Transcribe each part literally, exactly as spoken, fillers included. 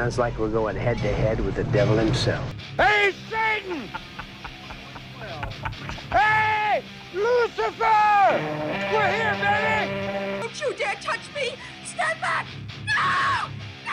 Sounds like we're going head to head with the devil himself. Hey, Satan! Hey, Lucifer! We're here, baby! Don't you dare touch me! Stand back! No!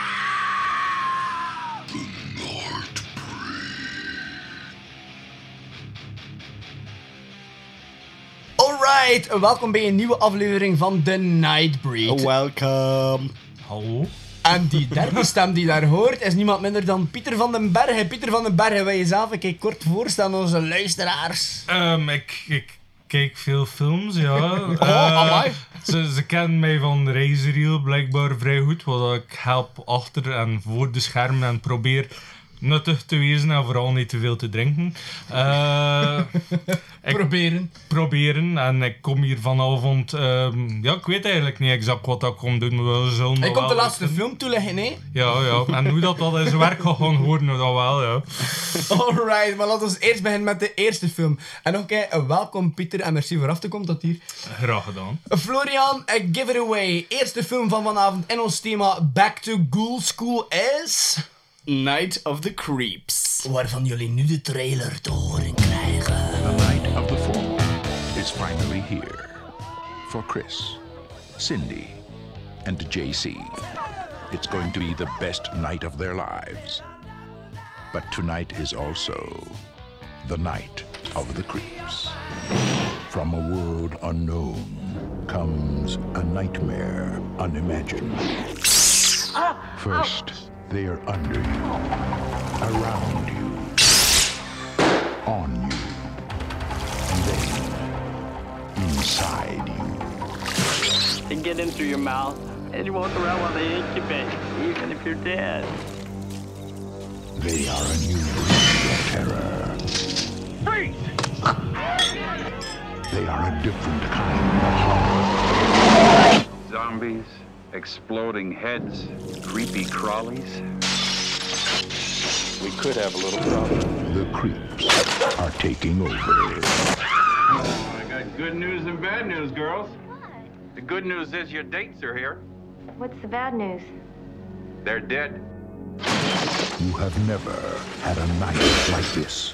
Alright, welkom bij een nieuwe aflevering van The Nightbreed. Welcome. Hallo. En die derde stem die daar hoort is niemand minder dan Pieter van den Bergen. Pieter van den Bergen, wil je zelf een keer kort voorstellen aan onze luisteraars? Um, ik, ik kijk veel films, ja. Oh, uh, amai. Ze, ze kennen mij van Razorreel blijkbaar vrij goed, wat ik help achter en voor de schermen en probeer nuttig te wezen en vooral niet te veel te drinken. Uh, proberen. Proberen. En ik kom hier vanavond... Um, ja, ik weet eigenlijk niet exact wat ik kom doen. Maar we zullen Hij komt de laatste weten. film toeleggen, hè? Ja, ja. En hoe dat, dat in zijn werk gaat gaan horen, we dat wel, ja. Alright, maar laten we eerst beginnen met de eerste film. En nog een keer, welkom Pieter en merci voor af te komen tot hier. Graag gedaan. Florian, uh, give it away. Eerste film van vanavond in ons thema Back to Ghoul School is... Night of the Creeps. Waarvan jullie nu de trailer te horen krijgen. The night of the fall is finally here. For Chris, Cindy, and J C. It's going to be the best night of their lives. But tonight is also the night of the creeps. From a world unknown comes a nightmare unimagined. First, they are under you, around you, on you, and then inside you. They get in through your mouth, and you walk around while they incubate, even if you're dead. They are a new breed of terror. Freeze! They are a different kind of horror. Zombies, exploding heads, creepy crawlies. We could have a little problem. The creeps are taking over. I got good news and bad news, girls. The good news is your dates are here. What's the bad news? They're dead. You have never had a night like this.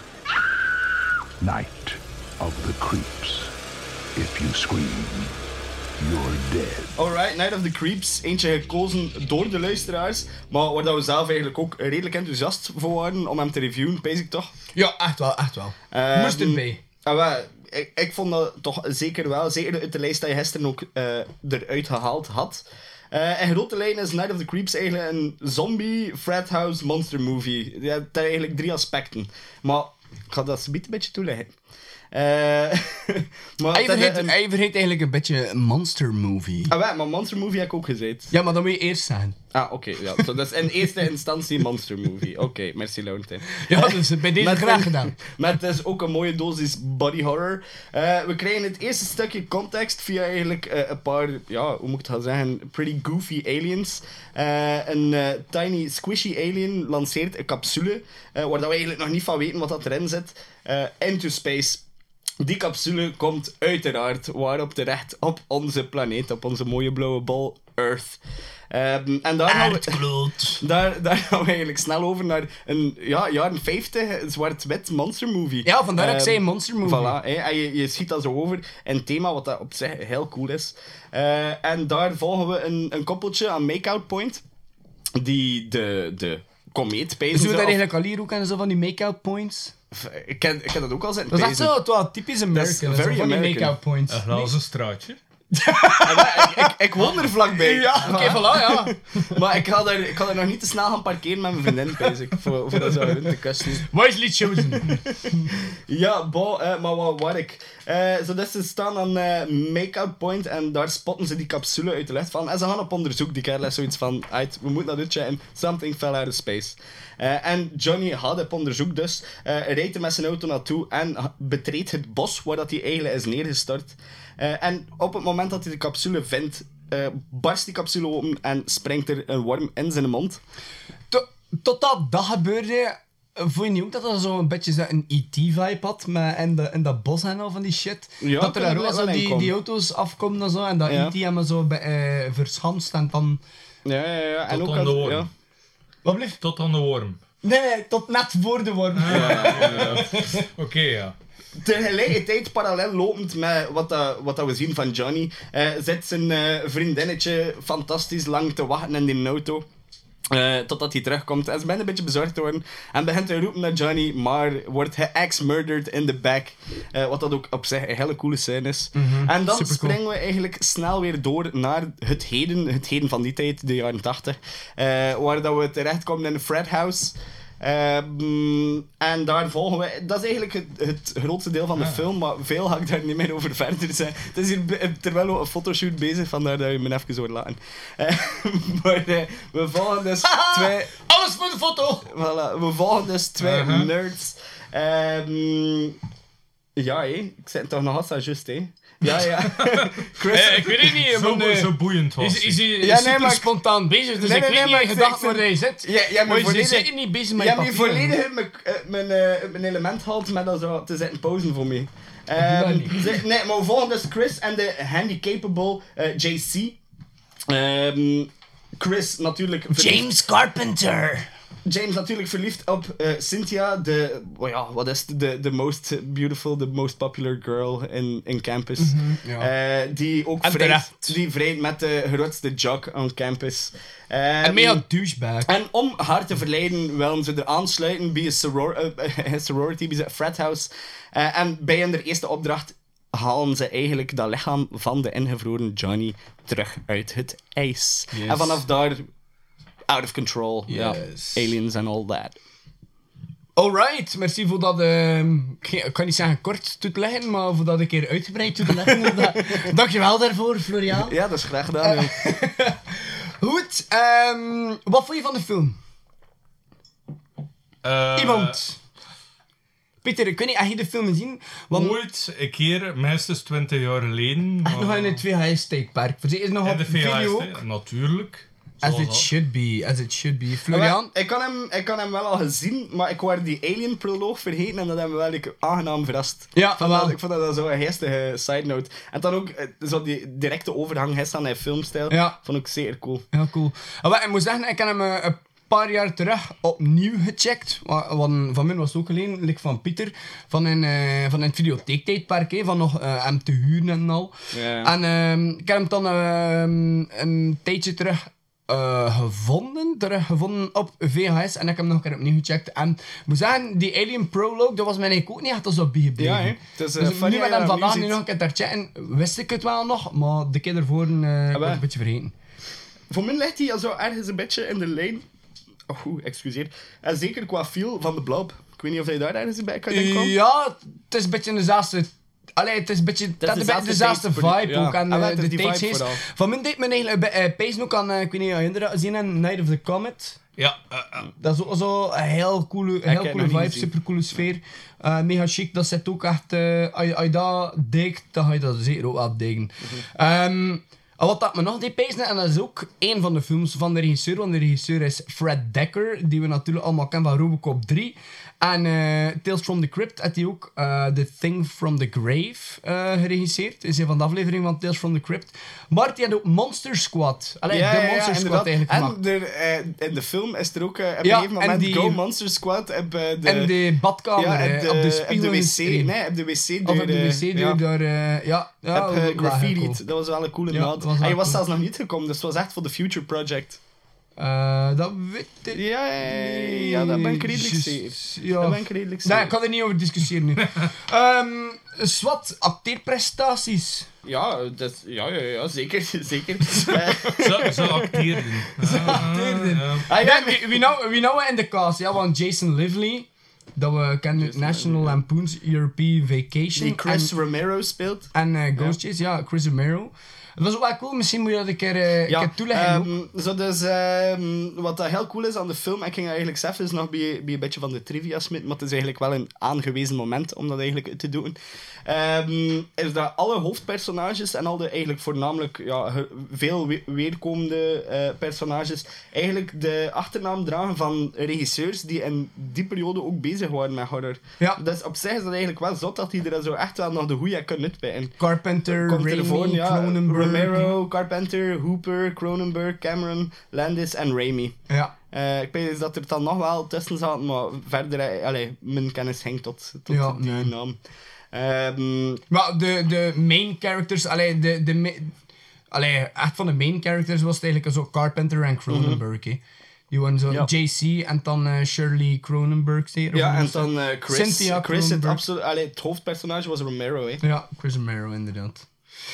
Night of the creeps. If you scream, you're dead. Alright, Night of the Creeps. Eentje gekozen door de luisteraars. Maar waar dat we zelf eigenlijk ook redelijk enthousiast voor waren om hem te reviewen, pees ik toch? Ja, echt wel, echt wel. Um, Moest erbij. Ah, wel, ik, ik vond dat toch zeker wel. Zeker uit de lijst dat je gisteren ook uh, eruit gehaald had. Uh, in grote lijnen is Night of the Creeps eigenlijk een zombie frat house monster movie. Die heeft eigenlijk drie aspecten. Maar ik ga dat een beetje toelichten. Uh, maar Hij vergeet, een... hij vergeet eigenlijk een beetje een monster movie. Ah, wel, maar monster movie heb ik ook gezegd. Ja, maar dan moet je eerst zijn. Ah, oké. Okay, ja. So, dat is in eerste instantie monster movie. Oké, okay, merci Laurentijn. Ja, dus bij deze graag gedaan. Met dus ook een mooie dosis body horror. Uh, we krijgen het eerste stukje context via eigenlijk uh, een paar, ja, hoe moet ik het gaan zeggen, pretty goofy aliens. Uh, een uh, tiny squishy alien lanceert een capsule, uh, waar dat we eigenlijk nog niet van weten wat dat erin zit, uh, into space. Die capsule komt uiteraard waarop terecht op onze planeet, op onze mooie blauwe bal Earth. Um, en daar gaan, we, daar, daar gaan we eigenlijk snel over naar een ja, jaren vijftig zwart-wit monster movie. Ja, vandaar dat um, ik zei monster movie. Voilà, hè, en je, je schiet dat zo over in een thema wat dat op zich heel cool is. Uh, en daar volgen we een, een koppeltje aan Make-Out Point, die de, de komeet pezen. Dus we daar eigenlijk al hier ook aan zo van die make-out points? Ik ken, ik ken dat ook al zijn. Dat is echt zo, het was typisch American. Very zo van die American. make-out points. Een glazen straatje. ik, ik, ik woon er vlakbij. Ja, oké, okay, voilà, ja. Maar ik ga, daar, ik ga daar nog niet te snel gaan parkeren met mijn vriendin, pijs ik, voor, voor dat zo in te kussen. Wisely chosen. Ja, bon, uh, maar wat waar ik? Uh, zo dus ze staan aan uh, Make-Out Point en daar spotten ze die capsule uit de lucht van. En ze gaan op onderzoek. Die kerel is zoiets van, we moeten dat uitchecken. Something fell out of space. Uh, en Johnny gaat op onderzoek dus. Uh, rijdt er met zijn auto naartoe en betreedt het bos waar dat hij eigenlijk is neergestort. Uh, en op het moment dat hij de capsule vindt, uh, barst die capsule open en springt er een worm in zijn mond. Tot, totdat dat gebeurde, vond je niet ook dat dat zo een beetje zo een E T-vibe had met, in, de, in dat bos en al van die shit? Ja, dat er daar ook zo die, die auto's afkomen en zo, en dat ja. E T hem zo bij, uh, verschanst en dan... Ja, ja, ja. En tot ook aan de had, worm. ja. Wat blijft? Tot aan de worm. Nee, nee, tot net voor de worm. Ja, ja, ja. Oké, okay, ja. Tegelijkertijd, parallel lopend met wat, dat, wat dat we zien van Johnny, uh, zit zijn uh, vriendinnetje fantastisch lang te wachten in die auto. Uh, totdat hij terugkomt. En ze bent een beetje bezorgd worden. En begint te roepen naar Johnny, maar wordt geaxe-murdered in the back. Uh, wat dat ook op zich een hele coole scène is. Mm-hmm. En dan Supercool. springen we eigenlijk snel weer door naar het heden. Het heden van die tijd, de jaren tachtig. Uh, waar dat we terechtkomen in een frat house. Um, en daar volgen we... Dat is eigenlijk het, het grootste deel van de Ah. film, maar veel ga ik daar niet meer over verder zijn. Het is hier be- terwijl we een fotoshoot bezig, vandaar dat je me even hoort laten. Uh, maar uh, we volgen dus twee... Alles voor de foto! Voilà, we volgen dus twee Uh-huh. nerds. Um, ja, hé. Ik zit toch nog altijd juist, hé. Ja, ja. Chris... Eh, ik weet het niet, Zo, want, eh, zo boeiend was Is, is hij. hij Ja, nee, super maar ik- spontaan bezig, dus Nee, ik nee, weet nee, niet maar in ik- gedachten ik- waar hij zit. Ja, ja, maar Maar ze volledig... zitten niet bezig met Je hebt me papieren. volledig in mijn, eh, mijn, eh, mijn element gehaald met dat zo te zitten pauzen voor mij. dat Ehm, niet. ze- nee, maar we volgen dus Chris en de handicapable eh, J C. Ehm, Chris natuurlijk... verliefd- James Carpenter. James natuurlijk verliefd op eh, Cynthia, de, oh ja, wat is het, de, de most beautiful, the most popular girl in, in campus. ja. Eh, die ook En vrijt, terecht. die vrijt met de grootste jock on campus. Ehm, En mega douchebag. en om haar te verleiden willen ze er aansluiten bij een soror- uh, sorority, bij een frat house. Uh, en bij hun eerste opdracht halen ze eigenlijk dat lichaam van de ingevroren Johnny terug uit het ijs. Yes. En vanaf daar, out of control. Ja, Yes. aliens and all that. Alright, merci voor dat, ehm, ik ga- ik kan niet zeggen kort toe te leggen, maar voor dat een keer uitgebreid toe te leggen. Dat- Dankjewel daarvoor, Florian. Ja, dat is graag gedaan. joh. Goed, ehm, wat vond je van de film? Eh, Iemand? Pieter, ik weet niet, heb je de film gezien? Want Ooit een keer, minstens twintig jaar geleden. echt nog in het V H S-tijdperk. Voor ze is nog In op de video V H S, ook. hè, natuurlijk. As Zoals it dat. should be, as it should be. Florian? Maar ik, kan hem, ik kan hem wel al gezien, maar ik wou die Alien proloog vergeten en dat heeft me wel like, aangenaam verrast. Ja, ik vond, wel. dat, ik vond dat zo een geestige side note. En dan ook eh, zo die directe overgang is aan die filmstijl. Ja. Vond ik zeer cool. Ja, cool. Ah, wel, ik moet zeggen, ik heb hem eh, een paar jaar terug opnieuw gecheckt. Wa- Want van mij was het ook alleen, like van Pieter, van een, eh, van een videotheektijdpark, hè, van nog eh, hem te huren en al. Ja. En ehm, ik heb hem dan ehm, een tijdje terug eh, gevonden, teruggevonden op V H S en ik heb hem nog een keer opnieuw gecheckt. En ik moet zeggen, die Alien Prologue, dat was mij eigenlijk ook niet echt zo bijgebleven. Ja, hè. Het is, eh, Dus funny nu met dat hem je vandaag opnieuw nu nog ziet. een keer te checken, wist ik het wel nog, maar de keer ervoor eh was ik wel. een beetje vergeten. Voor mij ligt hij al zo ergens een beetje in de lijn. Oh, goed, excuseer. En zeker qua feel van de Blob. Ik weet niet of hij daar ergens bij kan komen. Ja, het is een beetje dezelfde... Allee, het is een beetje... Het heeft een beetje dezelfde dezelfde tijd- vibe ja. ook. En Ah, wel, eh, het is de die vibe tijdsgeest. vooral. Van mijn deed me eigenlijk bij uh, Pees ook aan... eh, ik weet niet of je dat gezien hebt. Night of the Comet. Ja, eh, eh, Dat is ook zo een heel coole, een heb heel het coole nog niet vibe, gezien. super coole sfeer. Uh, mega chic, dat zit ook echt... eh, als, je, als je dat deekt, dan ga je dat zeker ook afdegen. Ehm, en wat dat me nog deed pijzen, en dat is ook één van de films van de regisseur, want de regisseur is Fred Dekker, die we natuurlijk allemaal kennen van Robocop drie. En eh, Tales from the Crypt had hij ook eh, The Thing from the Grave eh, geregisseerd. Is een van de afleveringen van Tales from the Crypt. Maar die had ook Monster Squad. Allee, Ja, de ja, ja, Monster Squad inderdaad. eigenlijk gemaakt. En er, eh, in de film is er ook eh, op een Ja, gegeven en moment die- Go Monster Squad op eh, de... En de badkamer, ja, hè, op de, op de op spiegel de wc. geschreven. Nee, op de wc-deur. Of op de eh, wc-deur ja. daar, eh, ja. ja Heb wel uh, graffiti'd. cool. Dat was wel een coole Ja, maat. dat was En wel je was cool. zelfs nog niet gekomen, dus het was echt voor de Future Project. Eh, dat weet ik. Ja, ja, dat ben ik redelijk Just- zeker. Ja. Dat ben ik redelijk Nee, ik zeker. kan er niet over discussiëren nu. Ehm Swat, acteerprestaties. Ja, dat, ja, ja, ja, zeker. zeker. Eh, Ze, ze acteerden. acteerden. Ja. ah, ja, Ja, wie, wie, nou, wie nou in de cast? Ja, want Jason Lively, dat we kennen uit National Lampoon's European Vacation. die Chris en, Romero speelt. en eh, Ghost Chase, ja, Chris Romero. Dat was ook wel cool, misschien moet je dat een keer, eh, een keer toeleggen. ook. ehm, zo dus, ehm, wat dat heel cool is aan de film, ik ging eigenlijk zelf eens nog bij, bij een beetje van de trivia smitten, maar het is eigenlijk wel een aangewezen moment om dat eigenlijk te doen. Ehm, is dat alle hoofdpersonages en al de eigenlijk voornamelijk ja, ge- veel we- weerkomende eh, personages eigenlijk de achternaam dragen van regisseurs die in die periode ook bezig waren met horror. Ja. Dus op zich is dat eigenlijk wel zot dat die er zo echt wel nog de goeie kunnen uitpijnen. Carpenter, Komt Raimi, ervoor, ja, Cronenberg. Romero, Carpenter, Hooper, Cronenberg, Cameron, Landis en Raimi. Ja. Uh, ik weet dat er dan nog wel tussen zaten, maar verder, uh, allee, mijn kennis ging tot, tot Ja, die nee. naam. Um, Maar de, de main characters, allee, de, de, ma- allee, echt van de main characters was het eigenlijk zo Carpenter en Cronenberg. Mm-hmm. Die waren zo Ja. J C en dan uh, Shirley Cronenberg. Zeker, ja, of en was dan dat? uh, Chris. Cynthia Chris, het, Cronenberg. absolu- allee, het hoofdpersonage was Romero. Hè. Ja, Chris Romero, inderdaad.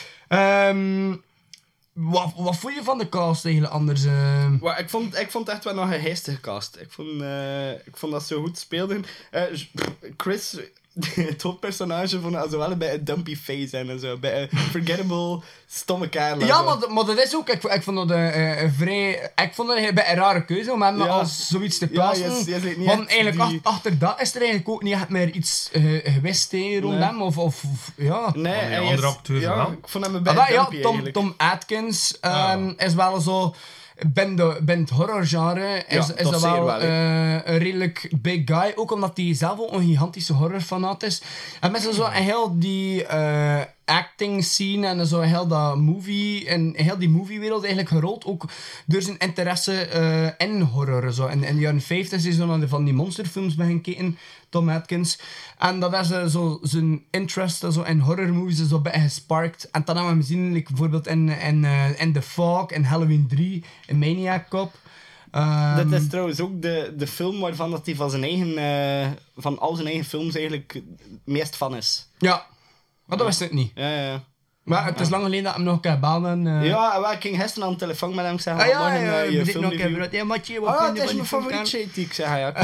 Um, wat, wat vond je van de cast eigenlijk anders? Uh... Maar ik, vond, ik vond het echt wel nog een geestige cast. Ik vond, uh, ik vond dat ze goed speelden. Uh, Chris, het hoofdpersonage, vond dat zo wel een beetje een dumpy face en zo. Een beetje een forgettable, stomme kerel. en Ja, zo. maar, dat- maar dat is ook... Ik, ik vond dat een, uh, een vrij... Ik vond dat een beetje een rare keuze om hem Ja. als zoiets te Ja, plaatsen. je is- je is niet Want echt eigenlijk die- ach- achter dat is er eigenlijk ook niet echt meer iets uh, gewist hè, rond Nee. hem. Of, of, of- ja... Nee, die hij andere is- acteur ja, wel. ik vond hem een Ah, beetje wel, ja, dumpy Tom, eigenlijk. Tom Atkins um, Ah. is wel zo... Ben, de, ben het horrorgenre is, Ja, is dat dat zeer wel, wel, hè. eh, een redelijk big guy. Ook omdat hij zelf ook een gigantische horrorfanaat is. En met zo heel die eh, acting scene en zo heel dat movie... En heel die moviewereld eigenlijk gerold. Ook door zijn interesse eh, in horror. Zo. In, in de jaren vijftig is hij zo naar de, van die monsterfilms beginnen kijken. Tom Atkins. En dat is eh, zo zijn interest eh, zo in horrormovies is zo een beetje gesparkt. En dan hebben we hem gezien, like, bijvoorbeeld in, in, eh, in The Fog, in Halloween drie, in Maniac Cop. Ehm, Dit is trouwens ook de, de film waarvan dat hij van zijn eigen, eh, van al zijn eigen films eigenlijk het meest fan is. Ja, maar dat wist ik niet. Ja, ja, ja. Maar het is lang geleden dat ik hem nog kan bellen. eh. Ja, wel, ik ging gisteren aan de telefoon met hem zeggen, Ah, ja, morgen ja, eh, we je zitten nog filmreview. even. Ja, Matje, wat Ah, vind het je is van mijn die film? favoriet shit, ik zeg ja.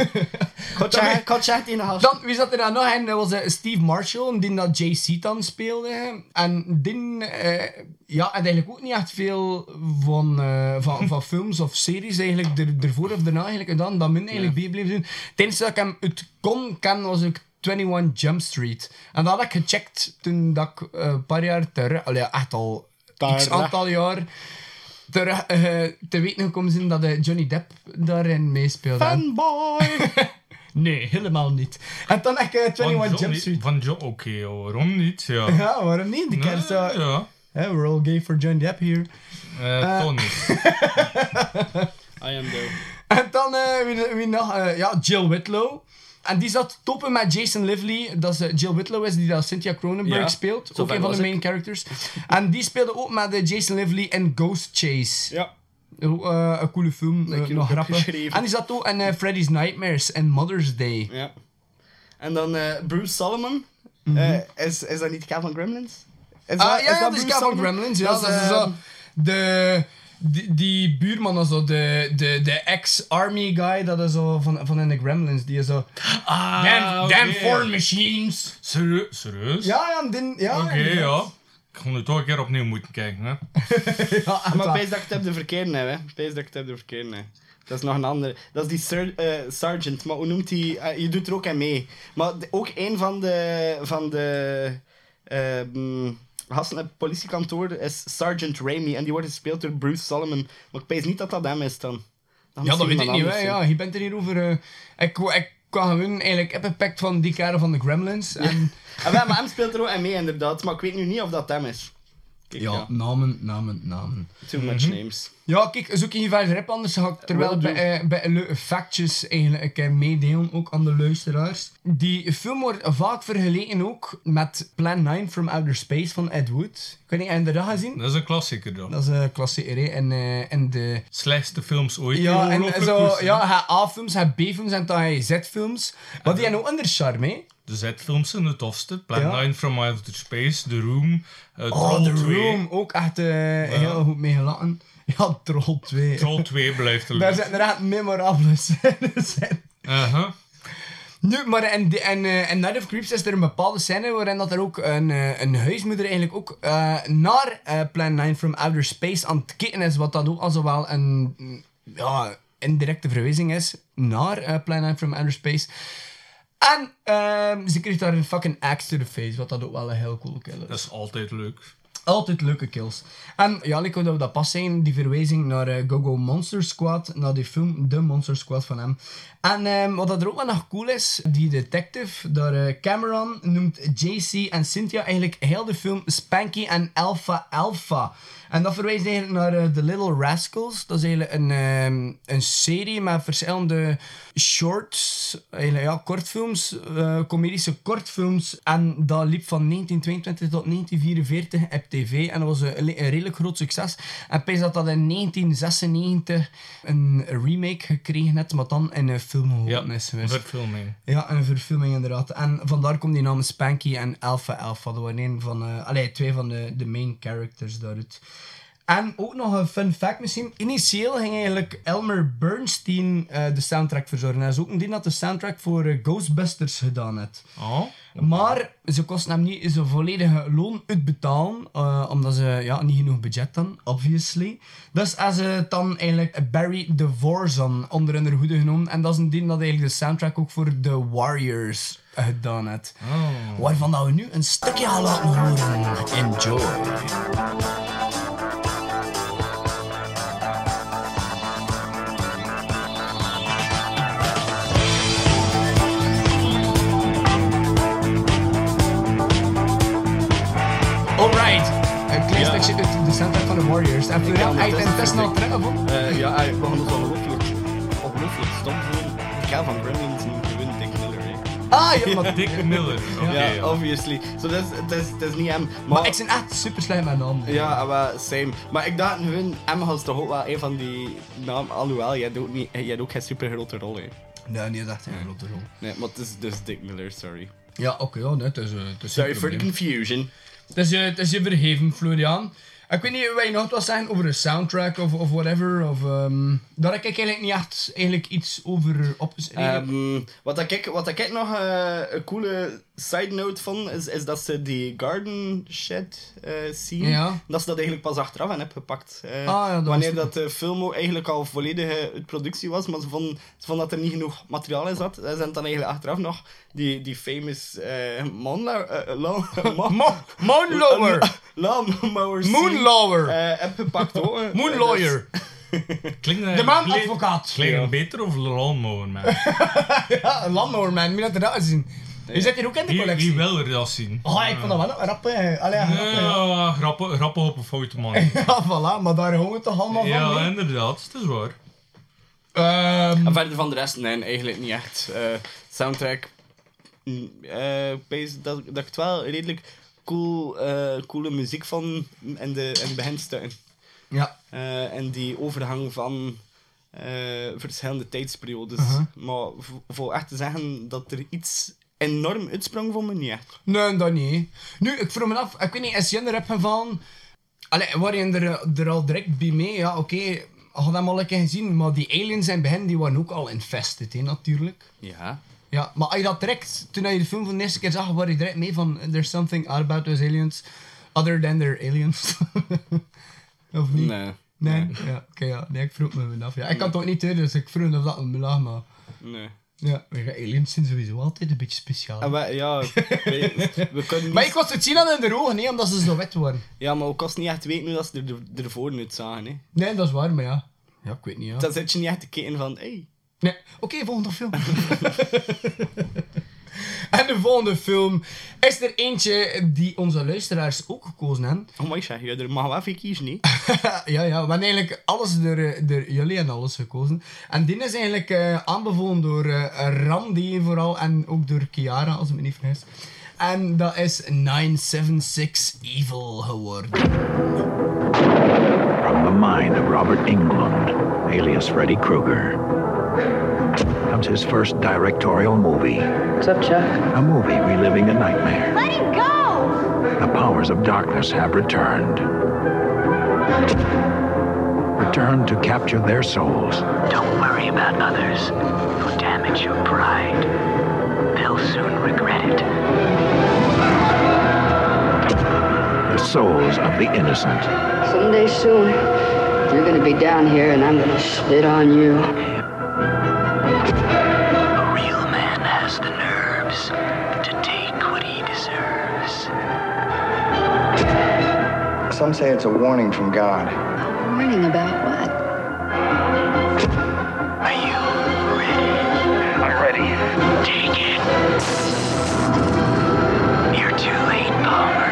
Gaat zeggen, gaat zeggen in de gast. Dan, wie zat er dan nog in? Dat was eh, Steve Marshall, die dat J C dan speelde. En die eh, ja, had eigenlijk ook niet echt veel van, eh, van, van films of series eigenlijk er, ervoor of daarna eigenlijk gedaan, dat min eigenlijk bij bleef doen. Het enige dat ik hem het kon kennen was ook eenentwintig Jump Street. En dat had ik gecheckt toen dat ik eh, een paar jaar terug, allee, echt al Daar, x aantal jaar terug eh, te weten gekomen zijn dat eh, Johnny Depp daarin meespeelde. Fanboy! Nee, helemaal niet. En dan heb ik uh, Van eenentwintig Jump John, Street. van John, oké, okay, waarom niet? Ja. Ja, waarom niet? Die Nee, kerst zo... ja. Hey, we're all gay for Johnny Depp here. Uh, toch niet. I am though. En dan, uh, wie, wie nog? Uh, ja, Jill Whitlow. En die zat toppen met Jason Lively. Dat is uh, Jill Whitlow is die dat Cynthia Cronenberg Ja, speelt. zo Ook ver een van was de ik. main characters. En die speelde ook met uh, Jason Lively in Ghost Chase. Ja. Ook, uh, een coole film, Dat uh, ik hier nog ook heb grappig. geschreven. En die zat ook in uh, Freddy's Nightmares en Mother's Day. Ja. En dan uh, Bruce Solomon. uh, is, is dat niet Cal van Gremlins? Is Ah, dat- ja, ja, dat is Bruce Cal van Solomon? Gremlins. Ja, dat is, eh, zo de, die, die buurman, is zo, de, de, de ex-army guy, dat is zo van, van in de Gremlins. Die is zo... Ah, damn, oké. damn foreign machines. Serieus? Serieus? Ja, ja, die, ja. Oké, inderdaad. ja. Ik ga nu toch een keer opnieuw moeten kijken, hè. Ja, echt Maar waar. pees dat ik het heb de verkeerde heb, hè. Pees dat ik het heb de verkeerde heb. Dat is nog een andere. Dat is die ser, eh, sergeant, maar hoe noemt hij? Uh, je doet er ook aan mee. Maar de- ook een van de... Van de uh, gasten op het politiekantoor is Sergeant Raimi. En die wordt gespeeld door Bruce Solomon. Maar ik pees niet dat dat hem is dan. Ja, dat weet ik niet, hè. Ja, je bent er hier over... Uh, ik, ik kwam gewoon eigenlijk opgepakt van die kerel van de Gremlins. En, Ah, wel, maar hem speelt er ook aan mee, inderdaad. Maar ik weet nu niet of dat hem is. Kijk, ja, ja. namen, namen, namen. Too much names. Ja, kijk, zoek je hier verder op, anders ga ik er wel Will do. bij, eh, bij leuke factjes eigenlijk een keer meedelen, ook aan de luisteraars. Die film wordt vaak vergeleken ook met Plan nine from Outer Space van Ed Wood. Ik weet niet, heb je dat gezien? Dat is een klassieker, dan. Dat is een klassieker, hè. En, eh, en de... Slechtste films ooit. Ja, en ongelooflijk zo, goed, hè. ja, hij A-films, hij B-films en dan hij Z-films. Maar die hebben ook ander charme, hè. De Z-films zijn de tofste. Plan Ja. nine from Outer Space, The Room, uh, Oh, Troll The twee. Room, ook echt eh, heel goed meegelaten. Ja, Troll twee. Troll twee blijft er Daar leuk. zitten er echt memorabele scènes in. Uh-huh. Nu, maar in, de, in, uh, in Night of Creeps is er een bepaalde scène waarin dat er ook een, uh, een huismoeder eigenlijk ook uh, naar uh, Plan nine from Outer Space aan het kijken is, wat dat ook al zo wel een mm, ja, indirecte verwijzing is naar uh, Plan nine from Outer Space. En uh, ze kreeg daar een fucking axe to the face, wat dat ook wel een heel cool kill Dat is. is altijd leuk. Altijd leuke kills. En ja, ik wou dat we dat pas zijn, die verwijzing naar uh, Go-Go Monster Squad, naar die film, de Monster Squad van hem. En um, wat dat er ook wel nog cool is, die detective, daar uh, Cameron noemt J C en Cynthia eigenlijk heel de film Spanky en Alpha Alpha. En dat verwijst eigenlijk naar uh, The Little Rascals. Dat is eigenlijk een, um, een serie met verschillende shorts, eigenlijk, ja, kortfilms, uh, comedische kortfilms. En dat liep van negentien tweeëntwintig tot negentien vierenveertig op tv. En dat was een, een redelijk groot succes. En ik denk dat dat in negentien zesennegentig een remake gekregen heeft, maar dan in een film geworden Ja, is. een verfilming. Ja, een verfilming inderdaad. En vandaar komt die naam Spanky en Alpha Alpha. Dat waren een van, uh, allee, twee van de, de main characters daaruit. En ook nog een fun fact misschien. Initieel ging eigenlijk Elmer Bernstein uh, de soundtrack verzorgen. Hij is ook een die dat de soundtrack voor uh, Ghostbusters gedaan heeft. Oh. Maar ze kosten hem niet zijn volledige loon uitbetalen, uh, omdat ze ja, niet genoeg budget dan, obviously. Dus als ze dan eigenlijk Barry DeVorzon onder hun hoede genomen. En dat is een die dat eigenlijk de soundtrack ook voor The Warriors gedaan heeft. Oh. Waarvan dat we nu een stukje gaan laten horen. Enjoy. Alright, een klein Ja. stukje uit de soundtrack van The Warriors. En Florian, kan hij het heeft een best test nog terug gevonden? Uh, ja, hij- we gaan dus ongelooflijk, ongelooflijk stom voor. Ik ga van Gremlins niet gewin, Dick Miller. Hè. Ah, ja, maar, Dick Miller. Oké, Ja, ja. obviously. So, dat is, het, is, het is niet hem. Maar, maar ik ben echt super slecht met naam. Ja, maar same. Maar ik dacht gewoon, hem was toch ook wel een van die namen, alhoewel, jij doet, niet, jij doet ook geen super grote rol. Hè. Nee, niet echt een grote rol. Nee, maar het is dus Dick Miller, sorry. Ja, oké, okay, ja, nee, het is, uh, het is Sorry geen for the probleem. confusion. Het is, je, het is je vergeven, Florian. Ik weet niet, wil je nog wat zeggen over de soundtrack of, of whatever? Of, um, daar heb ik eigenlijk niet echt eigenlijk iets over opgeschreven. Um, wat, dat ik, wat dat ik nog uh, een coole side note van, is, is dat ze die garden shed uh, zien. Ja. Dat ze dat eigenlijk pas achteraf en hebben gepakt. Uh, Ah, ja, dat wanneer was- dat de film ook eigenlijk al volledig uh, uit productie was, maar ze vonden, ze vonden dat er niet genoeg materiaal in zat. Ze zijn dan eigenlijk achteraf nog die, die famous uh, moonla- uh, lawn- mo- Mo- Moonlower! lawnmower Moonlower! uh, heb gepakt hoor. Moonlawyer! Klinkt, De maanadvocaat! Klinkt Ja. beter of Lawnmower Man? Ja, een landmower man, moet je dat eruit zien. Je zit hier ook in de Wie, collectie. wie wil er dat zien? Oh, ik vond dat wel een rappe. Allee, een rappe. Ja. Ja, grappen, grappen op een foute man. Ja, voilà, maar daar houden we toch allemaal van. Ja, nee? inderdaad, het is waar. Ehm, En verder van de rest, nee, eigenlijk niet echt. Uh, soundtrack, mm, eh, ik weet dat, dat ik het wel redelijk cool, eh, coole muziek van en de, en de beginstukken. ja. Eh, en die overgang van eh, verschillende tijdsperiodes. Uh-huh. Maar voor, voor echt te zeggen dat er iets enorm uitsprong voor me, niet echt. Nee, dat niet. Nu, ik vroeg me af, ik weet niet, als je er hebt van... Allee, waar je er, er al direct bij mee? Ja, oké, okay, had hem al een keer gezien, maar die aliens in het begin, die waren ook al infested, hè, natuurlijk. Ja. Ja, maar als je dat direct, toen je de film van de eerste keer zag, waar je direct mee van, there's something odd about those aliens, other than they're aliens. Of niet? Nee. Nee? Ja, oké, ja. Nee, ik vroeg me af. Ja, ik kan het ook niet doen, dus ik vroeg me of dat een lag, maar... Nee. Ja, maar aliens zijn sowieso altijd een beetje speciaal. En wij, ja, we, we kunnen niet... Maar ik was het zien aan in de ogen, nee, omdat ze zo wit waren. Ja, maar ook als niet echt weten hoe dat ze er, er, ervoor uitzagen, hè. Nee, dat is waar, maar ja. Ja, ik weet niet, ja. Dan zit je niet echt te kijken van, hey. Nee, oké, volgende film. En de volgende film is er eentje die onze luisteraars ook gekozen hebben. Oh, maar ik zeg, je er mag wel even kiezen, nee. Ja, ja, we hebben eigenlijk alles door, eh, door jullie en alles gekozen. En die is eigenlijk uh, aanbevolen door uh, Randy vooral en ook door Chiara, als ik me niet vergis. En dat is nine seven six Evil geworden. From the mind of Robert Englund, alias Freddy Krueger, comes his first directorial movie. What's up, Chuck? A movie reliving a nightmare. Let him go! The powers of darkness have returned. Returned to capture their souls. Don't worry about others who damage your pride. They'll soon regret it. The souls of the innocent. Someday soon, you're gonna be down here and I'm gonna spit on you. A real man has the nerves to take what he deserves. Some say it's a warning from God. A warning about what? Are you ready? I'm ready. Take it. You're too late, Palmer.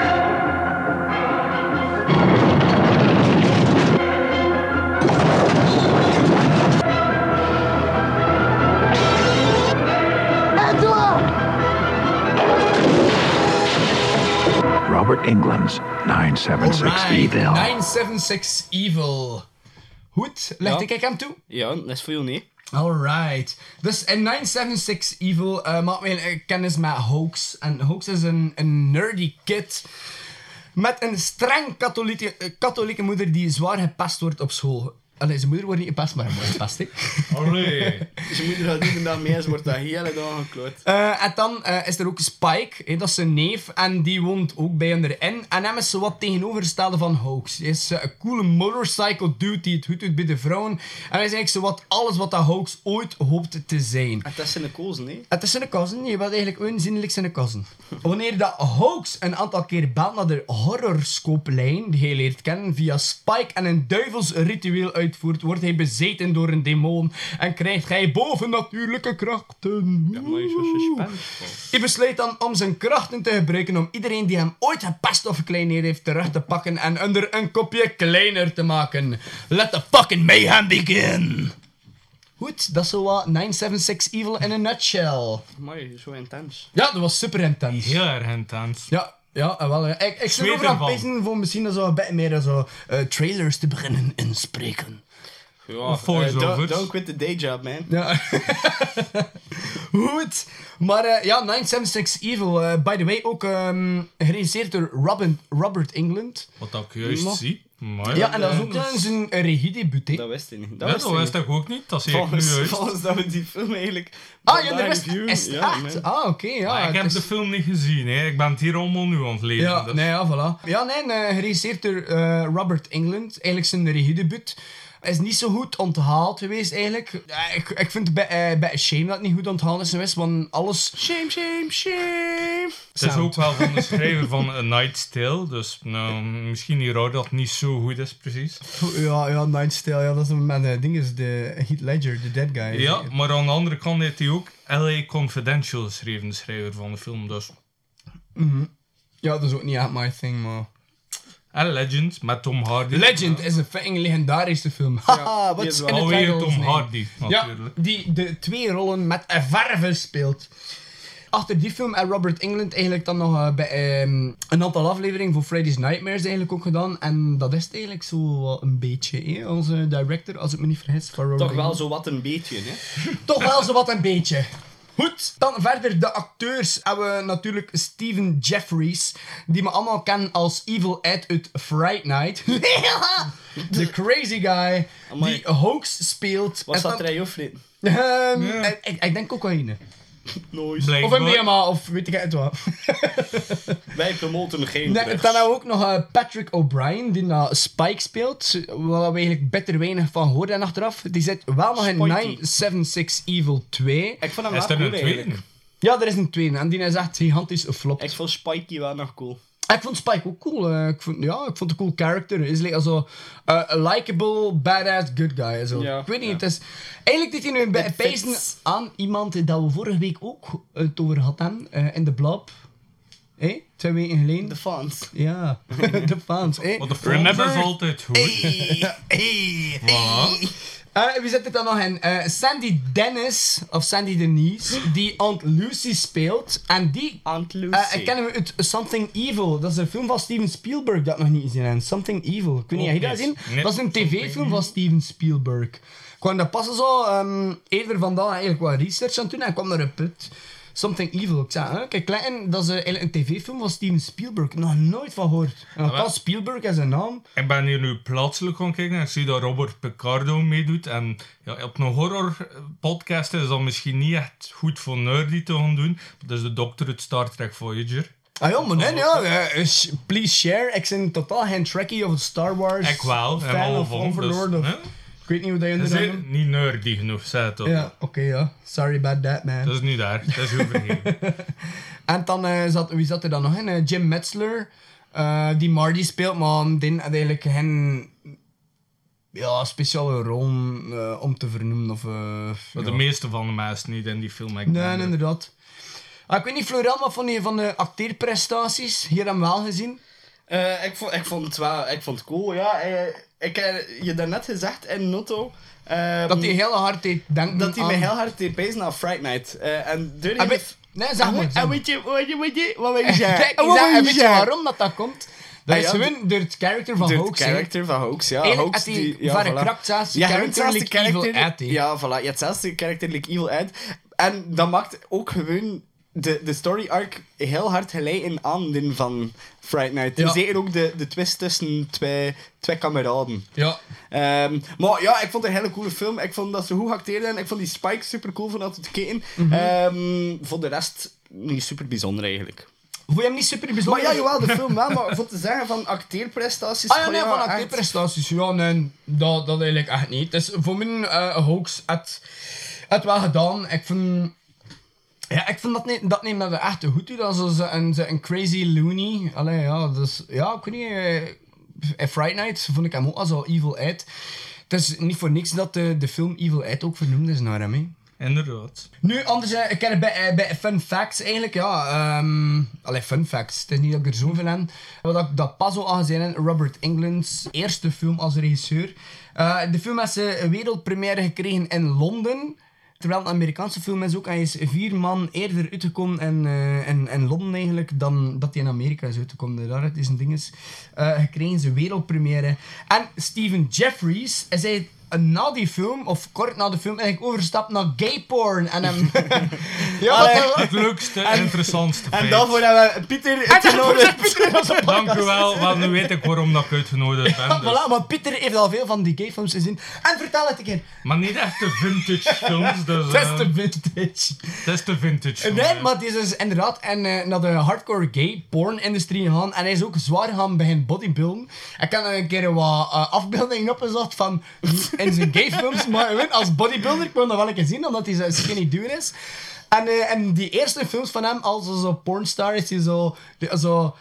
Robert Englund's nine seven six Alright, Evil. nine seven six Evil. Goed, leg Ja. ik hem toe? Ja, dat is veel, nee. Alright. Dus in nine seven six Evil uh, maken we uh, kennis met Hoax. En Hoax is een, een nerdy kid met een streng katholieke, uh, katholieke moeder die zwaar gepest wordt op school. Allee, zijn moeder wordt niet gepest, maar hij wordt gepest, hè. Allee. Zijn moeder gaat niet dag mee, ze wordt daar hele dag gekloot. Uh, en dan uh, is er ook Spike, hè, dat is zijn neef, en die woont ook bij hem erin. En hem is zo wat tegenovergestelde van Hoax. Hij is uh, een coole motorcycle dude die het goed doet bij de vrouwen. En hij is eigenlijk zo wat alles wat dat Hoax ooit hoopt te zijn. Het is zijn kozen, hè? Het is zijn cousin, je bent eigenlijk onzinnelijk zijn cousin. Wanneer dat Hoax een aantal keer belt naar de horoscooplijn, die hij leert kennen via Spike en een duivels ritueel uitvoert, wordt hij bezeten door een demon en krijgt hij bovennatuurlijke krachten. Ja, maar je is zo suspens. Hij besluit dan om zijn krachten te gebruiken om iedereen die hem ooit gepest of gekleineerd heeft terug te pakken en onder een kopje kleiner te maken. Let the fucking mayhem begin! Goed, dat is zo wat nine seven six Evil in a nutshell. Maar zo intens. Ja, dat was super intens. Heel erg intens. Ja, ja, wel. Ja. Ik, ik zit Zweet over aan het ervan. pezen voor misschien zo een beetje meer zo, uh, trailers te beginnen inspreken. Ja, voice-overs. uh, don't, don't quit the day job, man. Ja. Goed. Maar uh, ja, nine seven six Evil, uh, by the way, ook um, geregisseerd door Robin, Robert Englund. Wat ik juist Ma- zie. Maar Ja, en dat is ook dan zijn regiedebuut, hè. Dat wist hij niet. Dat Ja, wist dat hij wist niet. ik ook niet. Dat zie ik nu Volgens, juist. volgens dat we die film eigenlijk... Ah, ja, vandaag de rest reviewen. is het Ja, echt. man. Ah, oké, ja. Maar ik heb het de is- film niet gezien, hè. Ik ben het hier allemaal nu aan het lezen. Ja, dus. nee, ja, voilà. Ja, nee, uh, geregisseerd door uh, Robert Englund. Eigenlijk zijn regiedebuut. Is niet zo goed onthaald geweest, eigenlijk. Ja, ik, ik vind het bij, uh, bij shame dat het niet goed onthaald is geweest, want alles... Shame, shame, shame. Het is ook wel van de schrijver van A Night's Tale, dus nou, misschien niet raar dat het niet zo goed is, precies. Ja, ja, Night's Tale, ja, dat is met uh, ding is de Heath Ledger, de dead guy. Ja, maar aan de andere kant heeft hij ook L A Confidential geschreven, de schrijver van de film, dus... Mhm. Ja, dat is ook niet echt my thing, maar... En Legend, met Tom Hardy. Legend is een fucking legendarische film. Haha, wat die is in wel- het Alweer Engels, Tom nee. Hardy, natuurlijk. Ja, die de twee rollen met een verve speelt. Achter die film en Robert Englund eigenlijk dan nog uh, bij um, een aantal afleveringen voor Freddy's Nightmares eigenlijk ook gedaan. En dat is het eigenlijk zo wel een beetje, hè, onze director, als ik me niet vergis. Van Robert Toch wel Englund. zo wat een beetje, hè. Toch wel zo wat een beetje. Goed, dan verder de acteurs hebben we natuurlijk Stephen Jeffries, die we allemaal kennen als Evil Ed uit Fright Night. De crazy guy Amai. die Hoax speelt. Wat En zat dan- er aan jou vreten? Ehm, Ja. ik, ik, ik denk cocaïne. Nice. Blijkbaar. Of een B M A, of weet ik het wat. Wij promoten geen Nee, drugs. dan hebben we ook nog uh, Patrick O'Brien, die naar Spike speelt. Waar we eigenlijk beter weinig van hoorden achteraf. Die zit wel nog in Spikey. nine seven six Evil twee. Ik vond hem Is wel er cool, een tweede? eigenlijk. Ja, er is een tweede. En die is echt gigantisch geflopt. Ik vond Spikey wel nog cool. Ik vond Spike ook cool. eh, ik vond, ja, ik vond het een cool character. Hij is like zo uh, a likable, badass, good guy. Zo. Ja, ik weet niet, ja. het is... Eigenlijk dit hij nu bij It pijzen fits. aan iemand dat we vorige week ook het over hadden. eh, in de Blob. Hé? Twee weken geleden. De fans. Ja, de fans. hé. Want de film is altijd goed. Hey, hey, Voilà. Eh, wie zit er dan nog in? Eh, Sandy Dennis, of Sandy Denise, die Aunt Lucy speelt. En die Aunt Lucy. eh, ik kennen we uit Something Evil. Dat is een film van Steven Spielberg dat ik nog niet gezien heb. Something Evil. Ik weet niet, heb je dat niet. gezien? Nee, Dat is een Something tv-film van Steven Spielberg. Ik kwam daar pas zo um, eerder vandaag eigenlijk wat research aan doen en ik kwam naar een put. Something Evil. Ik zei, huh? Kijk, klein, dat is uh, eigenlijk een tv-film van Steven Spielberg. Nog nooit van gehoord. En dat wel. was Spielberg is zijn naam. Ik ben hier nu plaatselijk gaan kijken en ik zie dat Robert Picardo meedoet. En ja, op een horror podcast is dat misschien niet echt goed voor nerdy te gaan doen. Dat is de dokter uit Star Trek Voyager. Ah ja, maar nee, ja, eh, sh- please share. Ik ben totaal geen Trekkie of Star Wars Ik wel, fan helemaal of van. Overlord Dus, of... hè? Ik weet niet hoe dat je Dat is inderdaad hier noemt. niet nerdy genoeg, zei het toch? Ja, oké, ja. Sorry about that, man. Dat is niet daar, dat is heel vergeten. En dan, eh, zat, wie zat er dan nog in? Eh, Jim Metzler. Uh, die Marty speelt, maar die had eigenlijk geen ja, speciale rol uh, om te vernoemen. Of, uh, maar de ja. meeste van de mensen niet in die film. Ik nee, nee, inderdaad. Ah, ik weet niet, Florian, wat vond je van de acteerprestaties? Hier hebben we wel gezien. Uh, ik, vond, ik vond het wel, ik vond het cool, ja. Uh, ik heb je daarnet gezegd in Notto. Um, dat hij heel hard deed denken Dat hij aan... me heel hard deed pezen naar Fright Night. Uh, en door die... Weet... Nee, zeg maar. En weet je, weet je, weet je, wat wil je zeggen? Kijk, ik zeg, en weet je waarom dat dat komt? Dat is ah, ja, gewoon door het karakter van Hoax. Door het karakter van Hoax, ja. Eigenlijk Hoax, die, die... Ja, van voilà. een krachtzaas ja, karakter like Evil Ed. Ja, voilà. Je hebt zelfs de karakter like Evil Ed. En dat maakt ook gewoon de, de story arc heel hard gelijken aan die van Fright Night. Ja. Zeker ook de, de twist tussen twee, twee kameraden. Ja. Um, maar ja, ik vond het een hele coole film. Ik vond dat ze goed geacteerd hebben. Ik vond die Spike super cool van te kijken. Mm-hmm. Um, voor de rest niet super bijzonder eigenlijk. Vond je hem niet super bijzonder? Maar ja, jawel, de film wel. Maar voor te zeggen van acteerprestaties... Ah ja, nee, ja, van acteerprestaties. Ja, nee, dat, dat eigenlijk echt niet. Dus voor mij, uh, Hoax, het, het wel gedaan. Ik vind... Ja, ik vind dat niet, dat neemt dat echt goed toe. Dat is een, een crazy loony. Allee, ja, dus... Ja, ik weet niet... Uh, Fright Night vond ik hem ook als al Evil Ed. Het is niet voor niks dat de, de film Evil Ed ook vernoemd is naar hem, hè. Inderdaad. Nu, anders, uh, ik ken het bij, uh, bij Fun Facts eigenlijk, ja. Um, allee, Fun Facts. Het is niet dat ik er zoveel aan. Wat ik dat pas al aangezien heb, Robert Englund's eerste film als regisseur. Uh, de film heeft een wereldpremière gekregen in Londen. Terwijl het een Amerikaanse film is ook. Hij is vier man eerder uitgekomen in, uh, in, in Londen eigenlijk dan dat hij in Amerika is uitgekomen. Daaruit is een ding is. Uh, gekregen zijn wereldpremière. En Stephen Jeffries is hij na die film, of kort na de film, eigenlijk overstapt naar gay porn. En hem... ja, Allee, het leukste en interessantste En daarvoor hebben we Pieter uitgenodigd. Dank u wel, want nu weet ik waarom dat ik uitgenodigd ben. Ja, dus. voilà, maar Pieter heeft al veel van die gay films gezien. En vertel het een keer. Maar niet echt de vintage films. Dus, dat is de vintage. Dat is de vintage. Nee, nee, maar die is dus inderdaad en, uh, naar de hardcore gay porn-industrie gegaan. En hij is ook zwaar gaan beginnen bodybuilden. Ik heb een keer wat uh, afbeeldingen opgezocht van in zijn gay films. Maar weet, als bodybuilder, ik wil dat wel een keer zien, omdat hij zo skinny dude is. En, uh, en die eerste films van hem, als zo pornstar, is hij zo... zo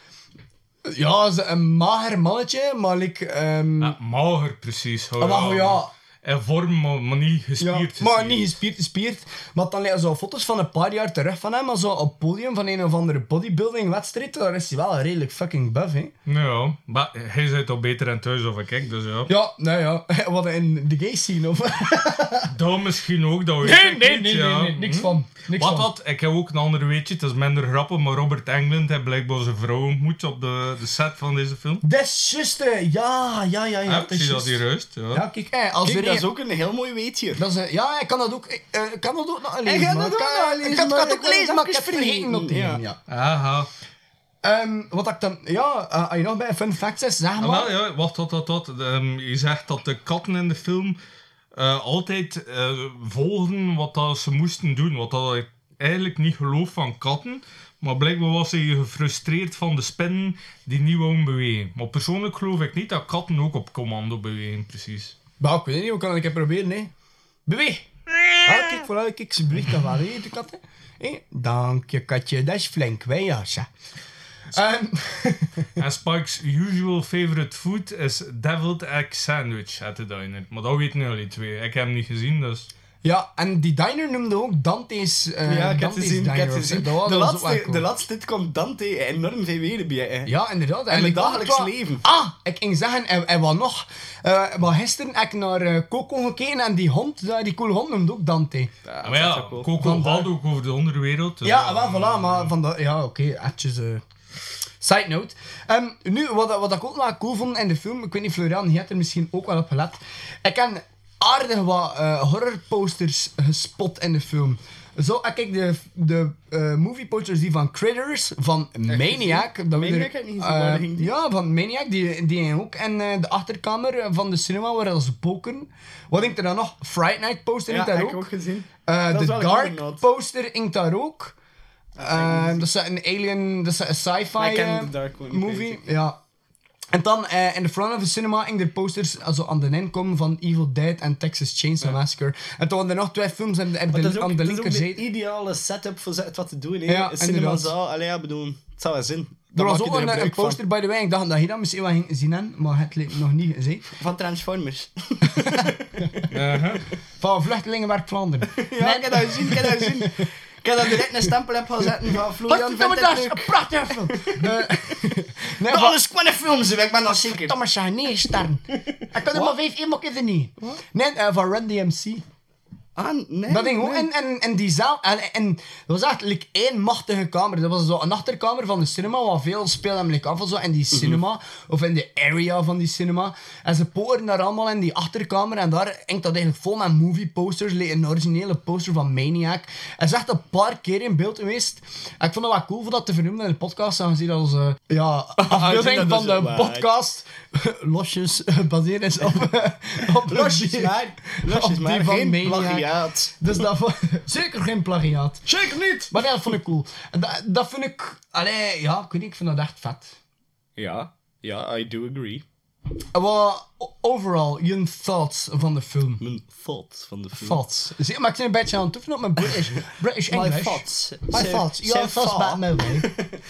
ja, zo een mager mannetje, maar like... Um... Ja, mager, precies. Hoor. Ah, maar, ja... In vorm, maar, maar niet gespierd. Ja, maar niet gespierd, gespierd. Maar dan liggen zo foto's van een paar jaar terug van hem, maar zo op het podium van een of andere bodybuilding-wedstrijd, daar is hij wel redelijk fucking buff, hè. Ja, maar hij zit al beter in thuis of ik, dus ja. Ja, nou ja. Wat in de gay scene, of... Dat misschien ook, dat weet nee, ik nee, niet, nee, ja. nee, nee, niks hm? van. Niks Wat van. dat, ik heb ook een ander weetje, het is minder grappig, maar Robert Englund heeft blijkbaar zijn vrouw ontmoet op de, de set van deze film. Dat is juist, ja, ja, ja, ja. Ja, ik zie dat hier juist, ja. Ja, kijk, hey, als kijk, er dat een... is ook een heel mooi weetje. Dat is een... Ja, ik kan dat ook... Ik uh, kan dat ook nog lezen. Ik kan maar dat ook kan- nog lezen, Ik kan maar het ik ook wil lezen, het maar ik heb even vergeten op te vergeten, nemen, ja. Aha. Um, wat ik dan... Ja, uh, als je nog bij fun facts is, zeg Ah, maar... wel, ja, wacht, wat, wat, wat. Um, je zegt dat de katten in de film uh, altijd uh, volgen wat dat ze moesten doen. Wat dat ik eigenlijk niet geloof van katten. Maar blijkbaar was hij gefrustreerd van de spinnen die niet wouden bewegen. Maar persoonlijk geloof ik niet dat katten ook op commando bewegen, precies. Maar ik weet niet, we kunnen het een keer proberen, hè. Beweeg! Ah, kijk, vooruit, kijk, ze beweegt dan wel, hè, de katten. Hey, dank je, katje, dat is flink, wij, ja. Um. En Spike's usual favorite food is deviled egg sandwich at the diner. Maar dat weten jullie twee. Ik heb hem niet gezien, dus... Ja, en die diner noemde ook Dante's uh, Ja, ik heb Dante's het gezien, ik heb Diner het of zo. gezien. Dat was- De dat was ook wel laatste, cool. de laatste tijd komt Dante enorm veel weer bij. Hè. Ja, inderdaad. En het ik dagelijks wou- leven. Ah, ik ging zeggen, en, en wat nog? Uh, maar gisteren heb ik naar uh, Coco gekeken en die hond, uh, die coole hond noemde ook Dante. Ja, maar ja, Coco had ook over de onderwereld. Dus Ja, wel, voilà, maar van dat... Ja, oké, okay, etjes... Uh. Side note. Um, nu, wat, wat ik ook wel cool vond in de film, ik weet niet, Florian, je hebt er misschien ook wel op gelet. Ik heb aardig wat uh, horrorposters gespot in de film. Zo heb ik de, de uh, movieposters die van Critters, van Maniac. Dat we Maniac er- heb ik niet gezien, waar ging die? Ja, van Maniac, die, die hing ook in uh, de achterkamer van de cinema waar ze poken. Wat denk je dan nog? Fright Night poster Ja, hing daar heb ook. ik ook gezien. Uh, Dat is de wel een Dark coole noot. poster hing daar ook. Uh, dat is een alien, dat is een sci-fi Maar ik ken uh, de Dark one niet, movie. weet ik. Ja. En dan uh, in de front of the cinema hing er posters also aan de inkom van Evil Dead en Texas Chainsaw Ja. Massacre. En toen waren er nog twee films aan de, aan Maar de, dat is ook, aan de dat is ook de linkerzijde. ideale setup voor zo- wat te doen. Hè. Ja, Een cinema inderdaad. zaal, allee, ja, bedoel, het zou wel zin. Er was maak je ook een, een gebruik van. poster, by the way. Ik dacht dat je dat misschien wel ging zien hebben, maar het leek nog niet gezien. Van Transformers. Uh-huh. Van Vluchtelingenwerk Vlaanderen. Ja, ik heb dat gezien, ik heb dat gezien. Ik heb dat direct een stempel heb gezet van Florian vindt dat het is leuk. een prachtige film. Uh, nee, Dat alles kwam een film, zeg, ik ben dat zeker. Thomas zei nee, sterren. Ik kan er maar vijf, één maar even niet. Nee, uh, van Run D M C. Ah, nee. Dat ding gewoon. nee. En, en, en die zaal. En, en dat was echt like, één machtige kamer. Dat was zo een achterkamer van de cinema, waar veel speelden hem like, af of zo. In die cinema, of in de area van die cinema. En ze poren daar allemaal in die achterkamer. En daar hangt dat eigenlijk vol met movie posters. Like een originele poster van Maniac. Hij is echt een paar keer in beeld geweest. En ik vond het wel cool voor dat te vernoemen in de podcast. Aangezien dat onze ja, afbeelding van de podcast losjes gebaseerd is op, op Losjes die- maar. Losjes op die maar. van Geen Maniac. plagiaat. Dus dat vond, zeker geen plagiaat. Zeker niet. Maar nee, dat vond ik cool. En dat, dat vind ik... Allee, ja, ik weet niet, ik vind dat echt vet. Ja, ja, I do agree. En wat, overall, je thoughts van de film? Mijn thoughts van de film. Thoughts. Zie, maar ik ben een beetje aan het oefenen op mijn British, British My English. thoughts. My Zijn- thoughts. Ja, zijn thoughts fa. about me, way.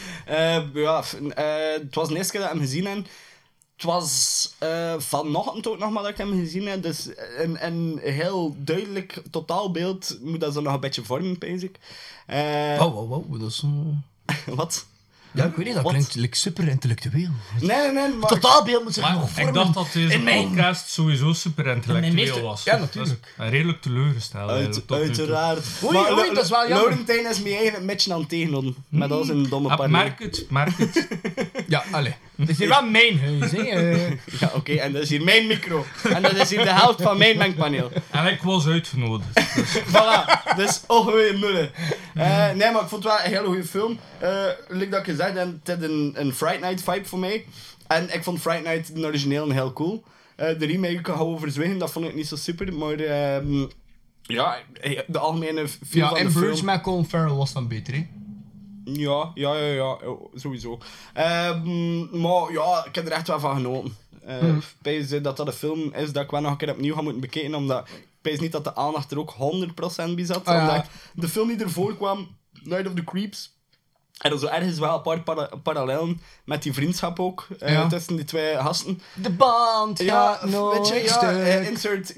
Eh, ja, f- eh, het was de eerste keer dat ik hem gezien heb. Het was uh, vanochtend ook nog maar dat ik hem gezien heb. Dus een, een heel duidelijk totaalbeeld moet dat zo nog een beetje vormen, pees ik. Uh, Wow, wow, wow. Dat is... Uh... Wat? Ja, ik weet niet, dat Wat? klinkt like, super intellectueel. Nee, nee, nee. Maar... Totaalbeeld moet zich Maar nog ik vormen. dacht dat deze in mijn- podcast sowieso super In intellectueel mijn meeste- was. ja, natuurlijk. Dat is redelijk teleurgesteld. Uit, eigenlijk, tot nu toe. uiteraard. Oei, Maar oei, Lo- dat is wel jammer. Laurentijn is mij eigenlijk een beetje aan het tegenhouden. Met al zijn domme Ah, parley. merk het, merk het. Ja, allee. Het is hier wel mijn huis, hè. eh. Ja, oké. Okay, en dat is hier mijn micro. En dat is hier de helft van mijn mengpaneel. En ik was uitgenodigd. Dus. Voilà, dus oh goeie mullen. Uh, nee, maar ik vond het wel een hele goede film. Uh, like dat ik gezegd heb, het had een, een Fright Night vibe voor mij. En ik vond Fright Night de origineel heel cool. Uh, de remake gaan we over zwijgen, dat vond ik niet zo super. Maar uh, ja, de algemene feel Ja, van en de Bruce film... met Colin Farrell was dan beter, hè. Ja, ja, ja, ja, sowieso. Um, maar ja, ik heb er echt wel van genoten. Uh, Hmm. Ik pijs dat dat een film is dat ik wel nog een keer opnieuw ga moeten bekijken, omdat ik pijs niet dat de aandacht er ook honderd procent bij zat. Ah, ja. Omdat de film die ervoor kwam, Night of the Creeps, en er zo ergens wel een paar para parallellen met die vriendschap ook, uh, Ja. tussen die twee gasten. De band Ja, gaat nooit weet je, ja, stuk. uh, insert...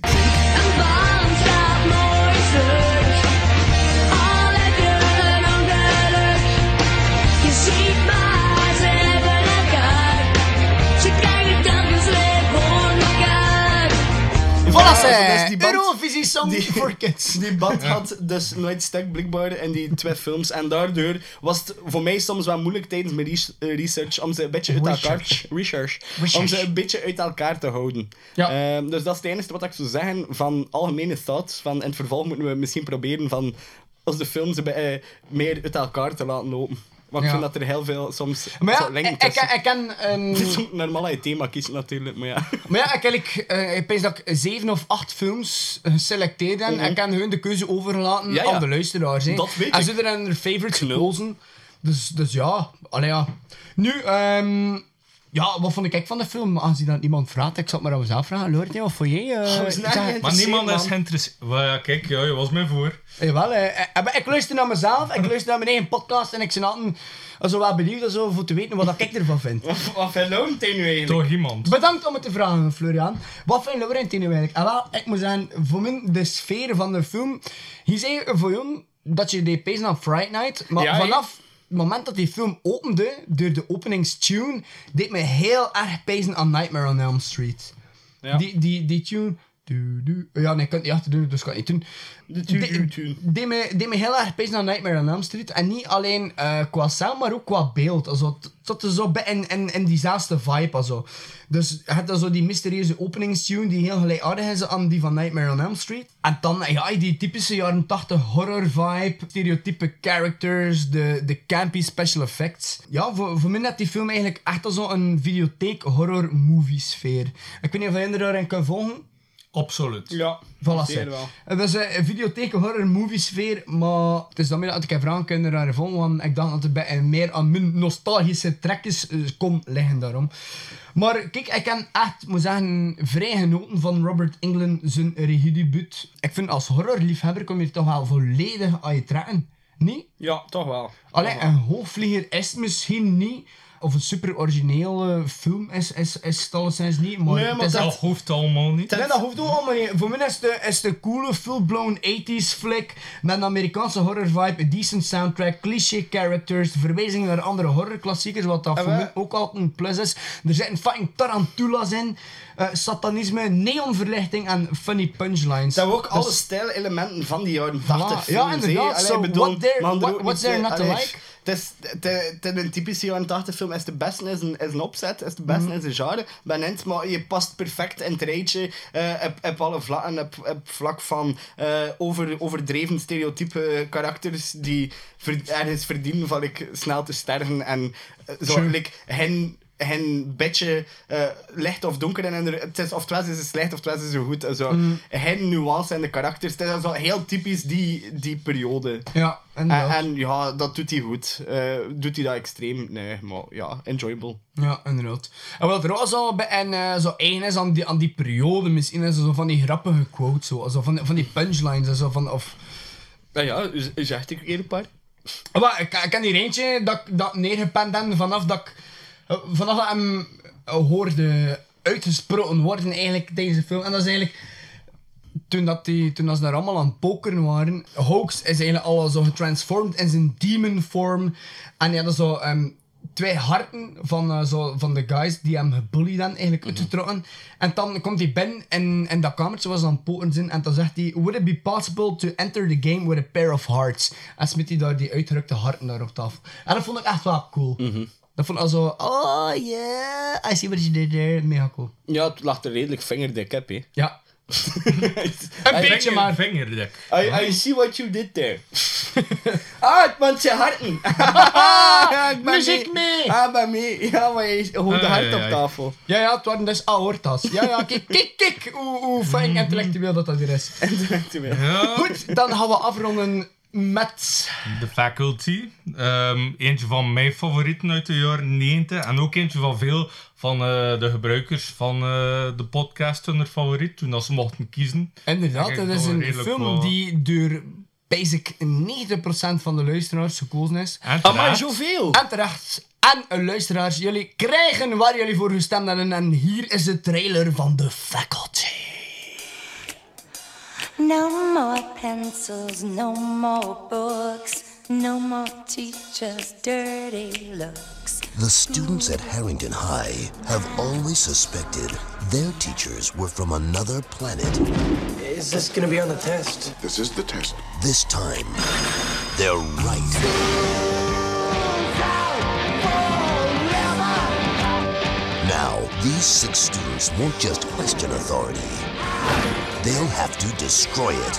Voilà, Ja, zeg. dus die band- Eurovisie Song die- for Kids. Die band had dus nooit stuk blijkbaar in die twee films. En daardoor was het voor mij soms wel moeilijk tijdens mijn res- eh, research om ze een beetje uit elkaar... Research. Research. Research. Om ze een beetje uit elkaar te houden. Ja. Ehm, dus dat is het enige wat ik zou zeggen van algemene thoughts. Van in het vervolg moeten we misschien proberen van als de films een beetje, eh, meer uit elkaar te laten lopen. Want ik Ja. vind dat er heel veel soms Maar zo ja, linken ik, ik, tussen. ik ken een... Het is ook normaal dat je thema kiest natuurlijk, maar ja. Maar ja, ik heb like, uh, ik denk dat ik zeven of acht films geselecteerd heb. Mhm. En ik heb hun de keuze overgelaten Ja, ja. aan de luisteraars. Hè. Dat weet en ik. ze hebben hun favorites Knul. gekozen. Dus, dus ja, allee ja. Nu, ehm ja, wat vond ik van de film? Aangezien dat iemand vraagt, ik zal het maar aan mezelf vragen. Loort, wat vond jij? Uh, we zijn eigenlijk Maar niemand is man. geïnteresseerd. Wel ja, kijk, ja, je was mij voor. Jawel, eh, eh, maar ik luister naar mezelf, ik luister naar mijn eigen podcast en ik ben altijd eh, zo wel benieuwd zo, voor te weten wat ik ervan vind. Wat, wat vindt Laurentijn nu eigenlijk? Toch iemand. Bedankt om het te vragen, Florian. Wat vind Laurentijn nu eigenlijk? En wel, ik moet zeggen, voor mij de sfeer van de film. Je zei voor jou dat je deed pezen aan Fright Night, maar Ja, vanaf het moment dat die film opende, door de openingstune, deed me heel erg pezen aan Nightmare on Elm Street. Ja. Die, die, die tune... Du, du, ja, nee, ik kan het niet achter doen, dus ik kan het niet doen. De tune, De- tune, tune. deed me, deed me heel erg pezen aan Nightmare on Elm Street. En niet alleen uh, qua sound, maar ook qua beeld. Also, het zat er zo bij in, in, in diezelfde vibe. Also. Dus je hebt dan zo die mysterieuze openingstune die heel gelijkaardig is aan die van Nightmare on Elm Street. En dan ja, die typische jaren tachtig horror vibe, stereotype characters, de, de campy special effects. Ja, voor, voor mij net die film eigenlijk echt als een videotheek horror movie sfeer. Ik weet niet of je daarin kan volgen. Absoluut. Ja, Voilà, zeer zeg. wel. Het is eh, een videotheek horror movie sfeer, maar het is daarmee dat ik heb vragen kunnen naar volgen, want ik dacht dat het bij meer aan mijn nostalgische trekjes uh, kon liggen daarom. Maar kijk, ik heb echt, moet zeggen, vrij genoten van Robert Englund zijn regiedebuut. Ik vind als horrorliefhebber kom je er toch wel volledig aan je trekken. Nee? Ja, toch wel. Allee, een hoogvlieger is het misschien niet. Of een super originele film is, is, is het alleszins niet. Maar, nee, het maar is dat echt... hoeft allemaal niet. Nee, dat hoeft ook allemaal niet. Voor mij is de, is de coole, full-blown eighties flick met een Amerikaanse horror vibe, een decent soundtrack, cliché characters, verwijzingen naar andere horrorklassiekers, wat dat voor mij ook altijd een plus is. Er zitten fucking tarantulas in, uh, satanisme, neonverlichting en funny punchlines. Dat we ook alle Dus- stijlelementen van die jaren Voilà. tachtig Ja, films. inderdaad. Allee, So, bedoel, what there- maar er what- ook what's niet, there not to allee, like? Het is, het, het is een typische jaren tachtig film. Is de beste is een, is een opzet, is de beste Mhm. is een genre. Ben int, maar je past perfect in het rijtje. Uh, op, op alle vlakken. Op, op vlak van uh, over, overdreven stereotype karakters die ver, ergens verdienen van like, snel te sterven. En uh, zo, Sure. like, hen... Hen beetje uh, licht of donker en er, het is oftewel is het slecht oftewel is het zo goed. Zo. Mm. Hen nuance in de karakters. Het is zo heel typisch die, die periode. Ja, en, inderdaad. en ja, dat doet hij goed. Uh, doet hij dat extreem? Nee, maar ja, enjoyable. Ja, inderdaad. En wat er ook zo bij en, uh, zo eigen is aan die, aan die periode, misschien is zo van die grappige quotes, zo, zo van, van die punchlines en zo van, of... Ja, ja, u, u zegt ik een paar. Maar, ik, ik ken hier eentje dat ik dat neergepend heb vanaf dat ik... uh, vanaf dat ik hem uh, hoorde uitgesproken worden eigenlijk tijdens de film. En dat is eigenlijk... Toen, dat die, toen dat ze daar allemaal aan het pokeren waren... Hawks is eigenlijk al zo getransformed in zijn demon vorm. En die hadden zo... Um, twee harten van, uh, zo, van de guys die hem gebullied hebben, eigenlijk uitgetrokken. En dan komt hij binnen in, in dat kamertje waar ze aan het pokeren zijn. En dan zegt hij... Would it be possible to enter the game with a pair of hearts? En smit hij daar die uitgerukte harten daar op tafel. En dat vond ik echt wel cool. Mhm. Dat vond ik al zo... Oh yeah, I see what you did there. Mega cool. Ja, het lag er redelijk vingerdik op, hè. Ja. Een beetje maar. Vingerdik. I, I see what you did there. Ah, het want zijn harten. Ja, ik ben Muziek mee. Ah, ik ben mee. Ja, maar je hoort de Ah, hart ja, op ja. tafel. Ja, ja, het waren dus aortas. Ja, ja, kijk, kijk, kijk. Oeh, oeh, fucking intellectueel dat dat hier is. Intellectueel. Ja. Goed, dan gaan we afronden met... The Faculty. Um, eentje van mijn favorieten uit de jaren negentig. En ook eentje van veel van uh, de gebruikers van uh, de podcast hun favoriet. Toen dat ze mochten kiezen. Inderdaad, Denk dat ik is toch een redelijk film wel- die door basic negentig procent van de luisteraars gekozen is. En terecht. Amai, zoveel. En terecht. En uh, luisteraars, jullie krijgen waar jullie voor gestemd hebben. En hier is de trailer van The Faculty. No more pencils, no more books, no more teachers' dirty looks. The students at Harrington High have always suspected their teachers were from another planet. Is this gonna be on the test? This is the test. This time, they're right. Now, these six students won't just question authority. They'll have to destroy it.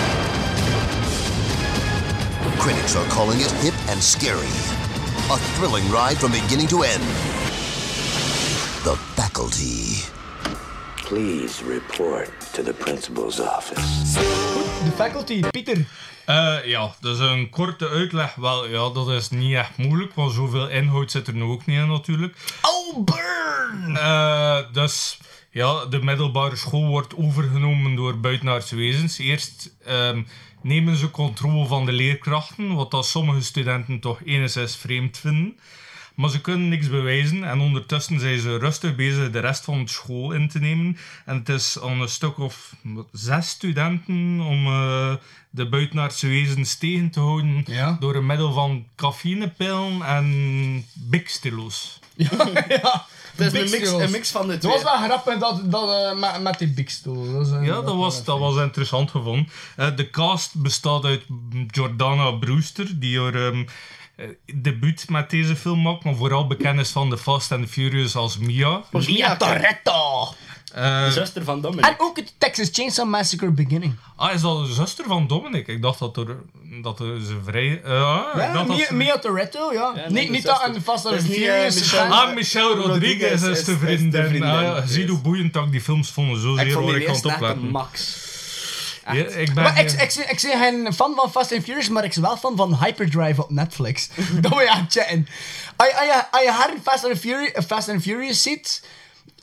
Critics are calling it hip and scary. A thrilling ride from beginning to end. The Faculty. Please report to the principal's office. The Faculty, Pieter. Uh, ja, dus een korte uitleg. Wel, ja, dat is niet echt moeilijk, want zoveel inhoud zit er nu ook niet in natuurlijk. Oh, burn! Uh, dus ja, de middelbare school wordt overgenomen door buitenaardse wezens. Eerst um, nemen ze controle van de leerkrachten, wat dat sommige studenten toch enigszins vreemd vinden. Maar ze kunnen niks bewijzen en ondertussen zijn ze rustig bezig de rest van de school in te nemen. En het is aan een stuk of wat, zes studenten om uh, de buitenaardse wezens tegen te houden Ja. door een middel van cafeïnepillen en bikstilos. Ja, ja. Het is een mix, een mix van de Het twee. was wel grappig dat, dat, uh, met, met die big stoel. Dat is, uh, Ja, dat was, dat was interessant gevonden. Uh, de cast bestaat uit Jordana Brewster, die haar um, uh, debuut met deze film maakt, maar vooral bekend is van The Fast and the Furious als Mia. Mia Toretto! Uh, De zuster van Dominic. En ook het Texas Chainsaw Massacre Beginning. ah, is dat de zuster van Dominic? Ik dacht dat er, dat er ze vrij... Uh, ah, ik Ja, dacht dat Mia, ze- Mia Toretto, ja. Ja, nee, niet de niet dat zuster. een Fast Dat and is niet, Furious eh, Michelle- fan. Ah, Michelle Rodriguez is, Rodriguez de is- is de vriendin. vriendin, Ah, ja, yes. zie hoe boeiend dat ik die films vond. Zo Ik zeer vond waar die ik kan eerste het echt een opletten. max. Ja, ik ben... Maar ik, ik, ik, ik ben geen fan van Fast and Furious, maar ik ben wel fan van Hyperdrive op Netflix. Dat wil je aan chatten. Als je- als je- als je haar in Fast and Furious, Fast and Furious ziet...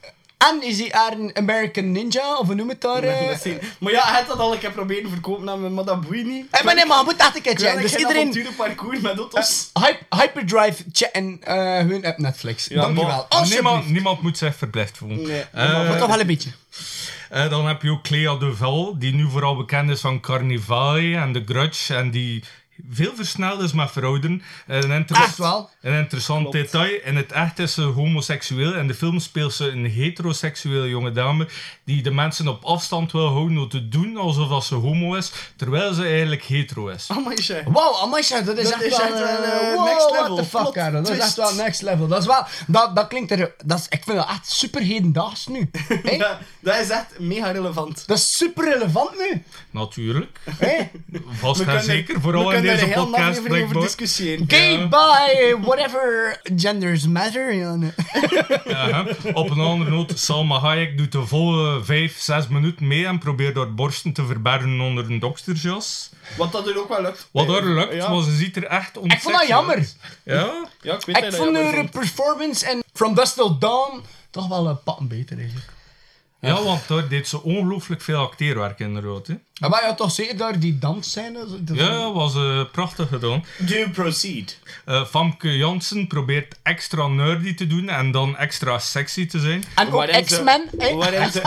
En is hij haar een American Ninja, of hoe noem het daar? Nee, eh? dat is niet- Maar ja, hij had dat al een keer proberen verkopen aan me, maar dat boeit niet. Eh, maar nee, maar je moet dat een keer checken. Dus Dus iedereen... iedereen... avonturenparcours met auto's. Uh, Hy- Hyperdrive checken uh, gewoon op Netflix. Ja, Dankjewel. maar Alsjeblieft. niemand, niemand moet zich verplicht voelen. Nee, Eh, maar toch wel een beetje. Eh, dan heb je ook Clea Duval, die nu vooral bekend is van Carnivale en The Grudge. En die veel versneld is met verouderen. Een inter- Echt wel? Een interessant Klopt. detail. In het echt is ze homoseksueel. In de film speelt ze een heteroseksuele jonge dame die de mensen op afstand wil houden door te doen alsof dat ze homo is, terwijl ze eigenlijk hetero is. Amaisje. Wow, Amaisha, dat is Dat echt is wel... echt wel, eh, eh, wow, next what level. the fuck, Plot Karel. Dat is echt twist. wel next level. Dat is wel... Dat, dat klinkt er... Dat is, ik vind dat echt super hedendaags nu. Hey? Dat, dat is echt mega relevant. Dat is super relevant nu. Natuurlijk. Hey? Vast We en kunnen- zeker, we vooral in kunnen er deze een hele podcast aflevering over blijkbaar. discussiëren. Gay, bi, whatever genders matter. Ja, nee. Ja, hè. Op een andere noot, Salma Hayek doet de volle vijf, zes minuten mee en probeert haar borsten te verbergen onder een doktersjas. Wat dat er ook wel lukt. Wat er lukt, Ja. maar ze ziet er echt Ik ontzettend vond dat jammer. uit. Ja? Ja, ik weet dat Ik je vond jammer haar vond. performance en From Dusk Till Dawn toch wel een patten beter eigenlijk. Ja, want daar deed ze ongelooflijk veel acteerwerk inderdaad. Hè. Maar wij had toch zeker daar die dansscène? zo- dat- Ja, was uh, prachtig gedaan. Do proceed. Uh, Famke Janssen probeert extra nerdy te doen en dan extra sexy te zijn. En ook Waarin ze- X-Men. hè? Waarin ze,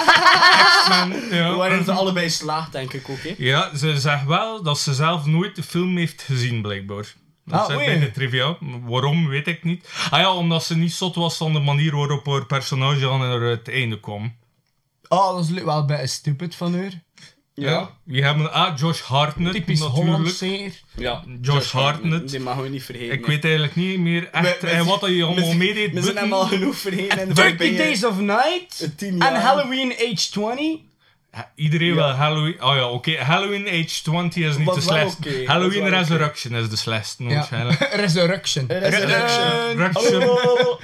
X-Men, ja. waarin ze allebei slaagt, denk ik ook. Hè. Ja, ze zegt wel dat ze zelf nooit de film heeft gezien, blijkbaar. Dat Ah, is oei. bij de trivia. Waarom, weet ik niet. Ah ja, omdat ze niet zot was van de manier waarop haar personage aan het einde kwam. Oh, dat is wel bij stupid van haar. Ja. We hebben ah, Josh Hartnett, Typisch natuurlijk. Hollands zeer. Ja, Josh Hartnett. Die mogen we niet vergeten. Ik weet eigenlijk niet meer echt We- we- eh, wat hij allemaal we- meedeed. We zijn hem al genoeg vergeten in de thirty voorbije- Days of Night. tien En jaar. Halloween Age twintig. Ha- Iedereen Ja. wil Halloween... Oh ja, oké. Halloween Age twintig is niet Was de wel slechtste. oké, was Halloween wel oké. Resurrection is de slechtste, waarschijnlijk. Resurrection. Resurrection. Resurrection.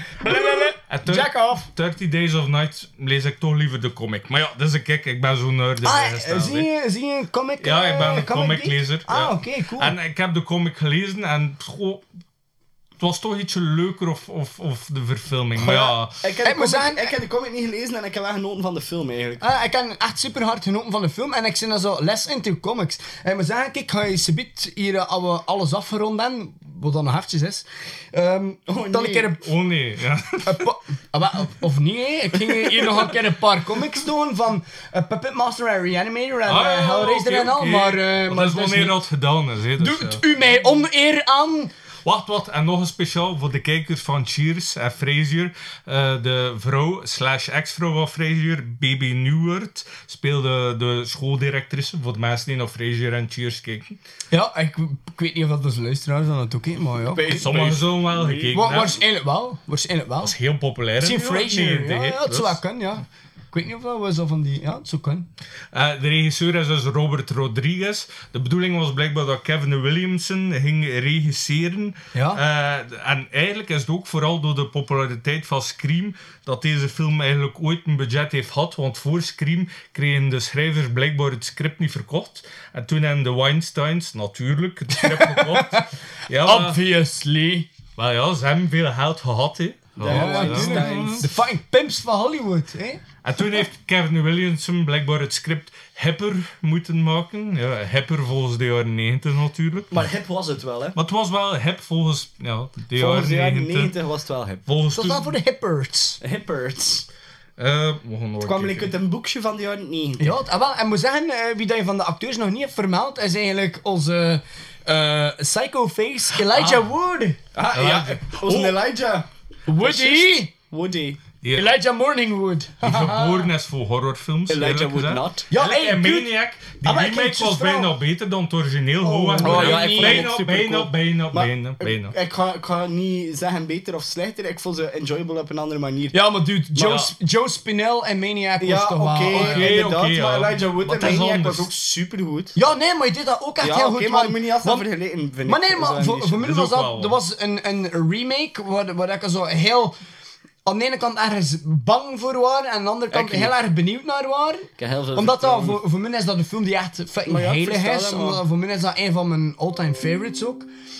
En thir- Jack off. thirty Days of Night lees ik toch liever de comic. Maar ja, dat is een kijk, ik ben zo'n nerd. Ah, bijgesteld, zie hè. je, zie je een comic? Ja, ik ben eh, een comiclezer. geek? Ah, ja. oké, cool. En ik heb de comic gelezen en goh, het was toch ietsje leuker of, of, of de verfilming. Maar ja, Ik heb, Ik de moet comic, zeggen- ik heb de comic niet gelezen en ik heb wel genoten van de film eigenlijk. Ah, ik heb echt super hard genoten van de film en ik ben dan zo less into comics. En ik moet zeggen, kijk, ga je subiet hier eh, al we alles afgerond hebben, wat dan nog eventjes is. Ehm Oh, Dan nee. een keer een, oh nee. Ja. een pa- ah, wa- of, of niet, hè. Ik ging hier nog een keer een paar comics doen van uh, Puppet Master en Reanimator en Ah, eh, Hellraiser oké, en al, oké. maar... eh, dat maar is dus wanneer niet. dat gedaan is. Hè, dus, Doet ja. u mij oneer aan? Wacht, wat. En nog een speciaal voor de kijkers van Cheers en Frasier. Eh, de vrouw slash ex-vrouw van Frasier, Baby Newert, speelde de schooldirectrice. Voor de mensen die naar Frasier en Cheers kijken. Ja, ik, ik weet niet of dat dus luisteraars dan het ook is, maar ja. Bij- Sommigen bij- zullen wel gekeken Wa- hebben. waarschijnlijk wel, waarschijnlijk wel. Dat is heel populair. Misschien in de jaren Frasier, ja, negentig, hè. ja, het zou wel Dus- kunnen, ja. Ik weet niet of dat we zo van die... Ja, het zou kunnen. Eh, de regisseur is dus Robert Rodriguez. De bedoeling was blijkbaar dat Kevin Williamson ging regisseren. Ja. Eh, en eigenlijk is het ook vooral door de populariteit van Scream dat deze film eigenlijk ooit een budget heeft gehad. Want voor Scream kregen de schrijvers blijkbaar het script niet verkocht. En toen hebben de Weinsteins natuurlijk het script gekocht. Ja, maar, Obviously. maar ja, ze hebben veel geld gehad, hè. Ja, Ja, Weinsteins. De fucking pimps van Hollywood, hè? En toen heeft Kevin Williamson blijkbaar het script hipper moeten maken. Ja, hipper volgens de jaren negentig natuurlijk. Maar hip was het wel, hè? Maar het was wel hip volgens ja, de Volgens de jaren jaren negentig. negentig was het wel hip. Volgens Dat is wel voor de hippers. Hipperts. Uh, we gaan nooit Het kwam kijken. uit een boekje van de jaren negentig. Ja, en, wel, en moet zeggen, eh, wie dat je van de acteurs nog niet hebt vermeld, is eigenlijk onze uh, psycho-face Elijah Wood. Ah, ja. Elijah. Onze Oh. Elijah. Woody! Woody. Die, Elijah Morningwood. die geboren is voor horrorfilms. Elijah eerlijk Wood gezegd. not. Ja, Eigenlijk hey, in dude. Maniac, die Ah, maar ik remake vind het was wel- bijna beter dan het origineel. Oh, gewoon. oh, ja, ik vond bijna, het ook bijna, supercool. bijna, Maar bijna, bijna. Ik, ik, ga, ik ga niet zeggen beter of slechter. Ik vond ze enjoyable op een andere manier. Ja, maar dude, Joe, Maar- Sp- Joe Spinell en Maniac was Ja, toch oké, wel... oké, inderdaad. oké, maar ja. Elijah Wood Maar en het is Maniac anders. was ook supergoed. Ja, nee, maar je deed dat ook echt Ja, heel oké, goed. maar want- je moet niet altijd want- vergelijken, vind Maar ik. nee, Dat is maar wel voor, niet voor zo. mij Dat is was ook dat... wel Er was een, een remake waar, waar ik zo heel... Aan de ene kant ergens bang voor waren en aan de andere kant Ik niet. heel erg benieuwd naar waren. Ik heb heel veel Omdat dat, vertrouwen. voor, voor mij is dat een film die echt fucking Maar ja, ik heilig versta is. dat, maar- Omdat, voor mij is dat een van mijn all-time favorites ook.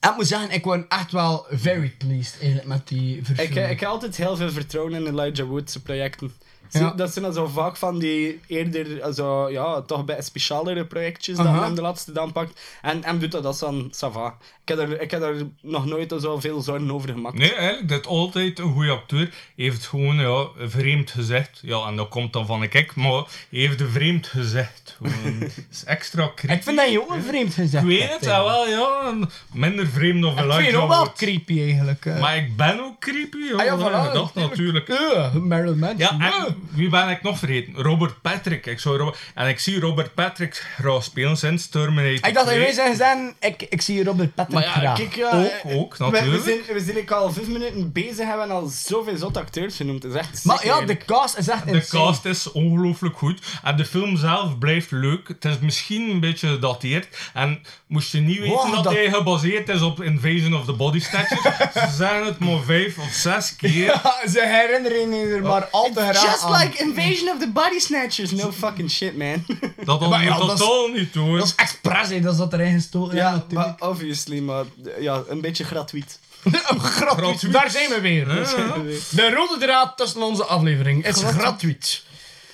En ik moet zeggen, ik was echt wel very pleased eigenlijk met die Ik, verfilming. ik heb altijd heel veel vertrouwen in Elijah Wood's projecten. Zo, Ja. Dat zijn dan zo vaak van die eerder, zo, ja, toch een beetje specialere projectjes Aha. dat hem de laatste dan pakt. En hem doet dat als dan, ça va. Ik heb er, ik heb er nog nooit zo veel zorgen over gemaakt. Nee, eigenlijk, dat is altijd een goede acteur. Heeft gewoon, ja, vreemd gezegd. Ja, en dat komt dan van een kijk, maar hij heeft een vreemd gezegd. Gewoon, dat is extra creepy. Ik vind dat je ook een vreemd gezegd Ik weet hebt, het, ja, wel, ja. Minder vreemd dan Ik vind Elijah je ook wel Wood. creepy eigenlijk. eh. Maar ik ben ook creepy, joh. Ah ja, Ja, voilà, dat natuurlijk. Uh, Marilyn Manson. Ja, en wie ben ik nog vergeten? Robert Patrick. Ik zou Robert, en ik zie Robert Patrick graag spelen sinds Terminator Ik dacht dat twee. wij zijn zijn, ik, ik zie Robert Patrick Maar ja, graag. kijk, ja, Ook, eh, ook, we, we natuurlijk. zijn, we zijn ik al vijf minuten bezig en hebben al zoveel zotte acteurs genoemd. Dat is echt Maar sick, ja, de eigenlijk. cast is echt De insane. cast is ongelooflijk goed. En de film zelf blijft leuk. Het is misschien een beetje gedateerd. En moest je niet weten Wow, dat, dat- hij gebaseerd is op Invasion of the Body Snatchers. Ze zeggen het maar vijf of zes keer. Ja, ze herinneren je er maar al te graag Just aan. like Invasion of the Body Snatchers. No fucking shit, man. Dat dan Maar ja, dat is- totaal niet hoor. Dat is expres, hè, dat is dat erin gestoken. Ja, natuurlijk. maar obviously, maar ja, een beetje gratuit. Gratuit. Daar zijn we weer. Ja, ja. De rode draad tussen onze afleveringen is Gratuit. gratuit.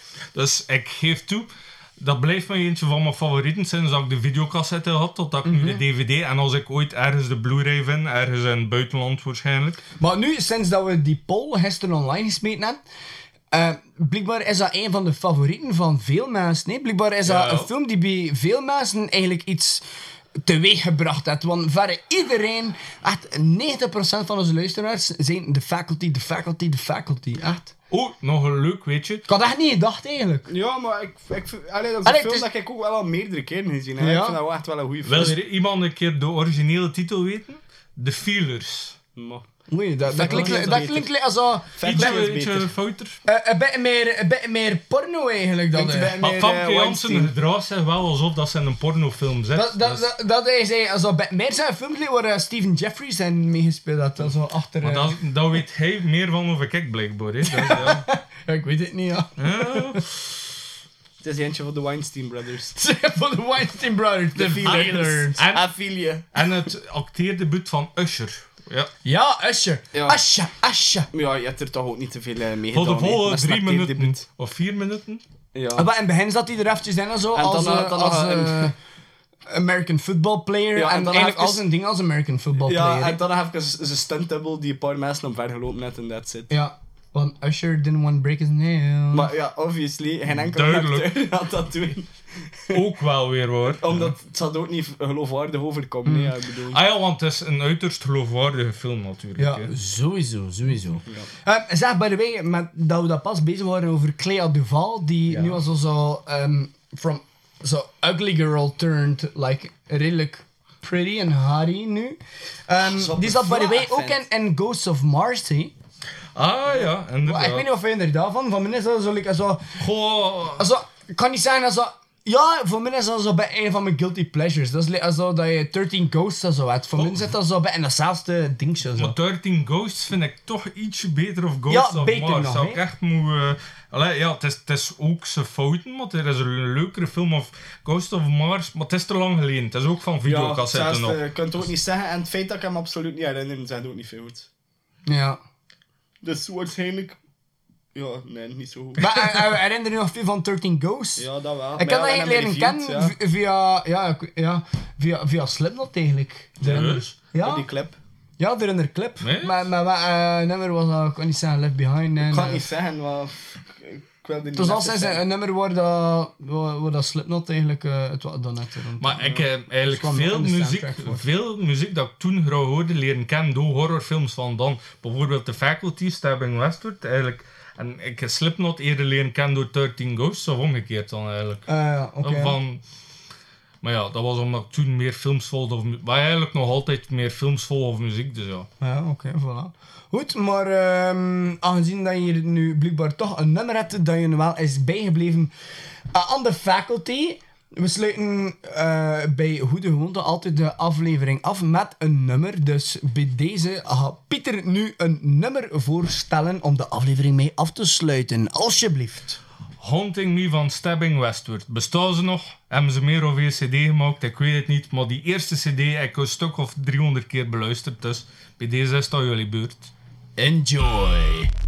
Dus ik geef toe, dat blijft mij eentje van mijn favorieten sinds dat ik de videocassette had, totdat ik nu de D V D en als ik ooit ergens de Blu-ray vind, ergens in het buitenland waarschijnlijk. Maar nu, sinds dat we die poll gisteren online gesmeten hebben, eh, blijkbaar is dat een van de favorieten van veel mensen. Nee, blijkbaar is dat Ja. een film die bij veel mensen eigenlijk iets teweeg gebracht heeft. Want verre iedereen, echt negentig procent van onze luisteraars, zijn de faculty, de faculty, de faculty. Echt. Oh, nog een leuk weetje. Ik had echt niet gedacht eigenlijk. Ja, maar ik, ik, allee, dat is Allee, een film het is- dat ik ook wel al meerdere keren gezien heb. Ja. Ik vind dat wel echt wel een goede Wil film. er iemand een keer de originele titel weten? The Feelers. Maar- Oei, dat, dat Faculty klinkt, is dat beter. klinkt li- als zo... Faculty Ietsje, is ietsje beter. fouter. eh, een beetje meer, een beetje meer porno eigenlijk dan. Klinkt een eh. beetje Maar meer, Famke eh, Janssen Weinstein. gedraagt zich wel alsof dat ze in een pornofilm zit. Dat, dat, Dus- dat, dat is eh, als dat meer zijn films waar uh, Stephen Jeffries in meegespeeld had. Dat zo achter. maar eh, dat, dat weet hij meer van of ik blijkbaar. Hè. Dus, ja. ja, ik weet het niet, ja. Ja. Het is eentje van de Weinstein Brothers. Van de Weinstein Brothers, de Feelers. Feelers. En, Affiliate. en het acteerdebuut van Usher. Ja. Ja, Usher. Ja. Usher, Usher. Ja, je hebt er toch ook niet te veel eh, mee Voor de gedaan, hè. volle Dat is drie een minuten. acteerdebuut. Of vier minuten. Ja. Ah, maar in het begin zat hij er eventjes in en zo, En dan als, nog- eh, dan als nog een- eh, American football player. Ja, en en dan eigenlijk even- al zijn ding als American football player. Ja, hè. en dan heb ik een, een stunt-double die een paar mensen omvergelopen heeft en that's it. Ja, want Usher didn't want to break his nail. Maar ja, obviously, geen enkele Duidelijk. acteur had dat doen. Ook wel weer hoor. Omdat het zal ook niet geloofwaardig overkomen, nee, ja, ik bedoel. Ah ja, want het is een uiterst geloofwaardige film natuurlijk. Ja, hè. sowieso, sowieso. Ja. Uh, zeg, by the way, met, dat we dat pas bezig waren over Clea Duval, die Ja. nu al zo, zo um, from zo ugly girl turned, like, redelijk pretty en hottie nu. Um, Zo die zat, by the way, bevlaagd, ook in, in Ghosts of Mars, hè. Ah ja, inderdaad. Ik weet niet of je er daarvan, van mij is dat zo, like, zo, Goh, zo, ik kan niet zeggen, zo, ja, voor mij is dat zo bij een van mijn guilty pleasures. Dat is like, zo dat je dertien Ghosts en zo hebt. Voor mij zit dat zo bij in datzelfde dingetje. Zo. maar dertien Ghosts vind ik toch ietsje beter of Ghosts Ja, of beter Mars. nog, Zou hè. ik echt moeten... eh, allee, ja, het is, het is ook zijn fouten, maar er is een leukere film of Ghost of Mars, maar het is te lang geleden. Het is ook van Ja, videocassetten zelfs, nog. eh, je kunt het ook niet zeggen. En het feit dat ik hem absoluut niet herinner, zegt ook niet veel goed. Ja. Dus waarschijnlijk... Ja, nee, niet zo goed. Maar eh, eh, herinner je nog veel van dertien Ghosts? Ja, dat wel. Ik Maar heb ja, dat we eigenlijk leren hebben kennen reviewed, v- via, ja, ik- ja, via, via Slipknot eigenlijk. Serieus? ja. Ja, Die clip. ja, er in de clip. Nee? Maar, maar wat uh, nummer was dat, ik kan niet zeggen, Left Behind. En, Ik kan eh, het niet zeggen, maar... Ik wilde niet het was net al zeggen. een nummer waar dat, waar, waar dat Slipknot eigenlijk uh, het was dan net rond. Maar ik heb eigenlijk kwam veel in de muziek, soundtrack voor. veel muziek dat ik toen graag hoorde leren kennen door horrorfilms van dan. Bijvoorbeeld The Faculty, Stabbing Westward. Eigenlijk. En ik heb Slipknot eerder leren kennen door dertien Ghosts, of omgekeerd dan eigenlijk. Uh, ja, oké. Van, maar ja, dat was omdat ik toen meer films volgde. Of, mu- maar eigenlijk nog altijd meer films vol of muziek, dus ja. Ja, oké, voilà. Goed, maar ehm, aangezien dat je hier nu blijkbaar toch een nummer hebt dat je wel is bijgebleven uh, aan de faculty. We sluiten uh, bij Goede Gewoonte altijd de aflevering af met een nummer. Dus bij deze gaat Pieter nu een nummer voorstellen om de aflevering mee af te sluiten. Alsjeblieft. Haunting Me van Stabbing Westward. Bestaan ze nog? Hebben ze meer of een cd gemaakt? Ik weet het niet. Maar die eerste cd heb ik een stuk of driehonderd keer beluisterd. Dus bij deze is het al jullie beurt. Enjoy!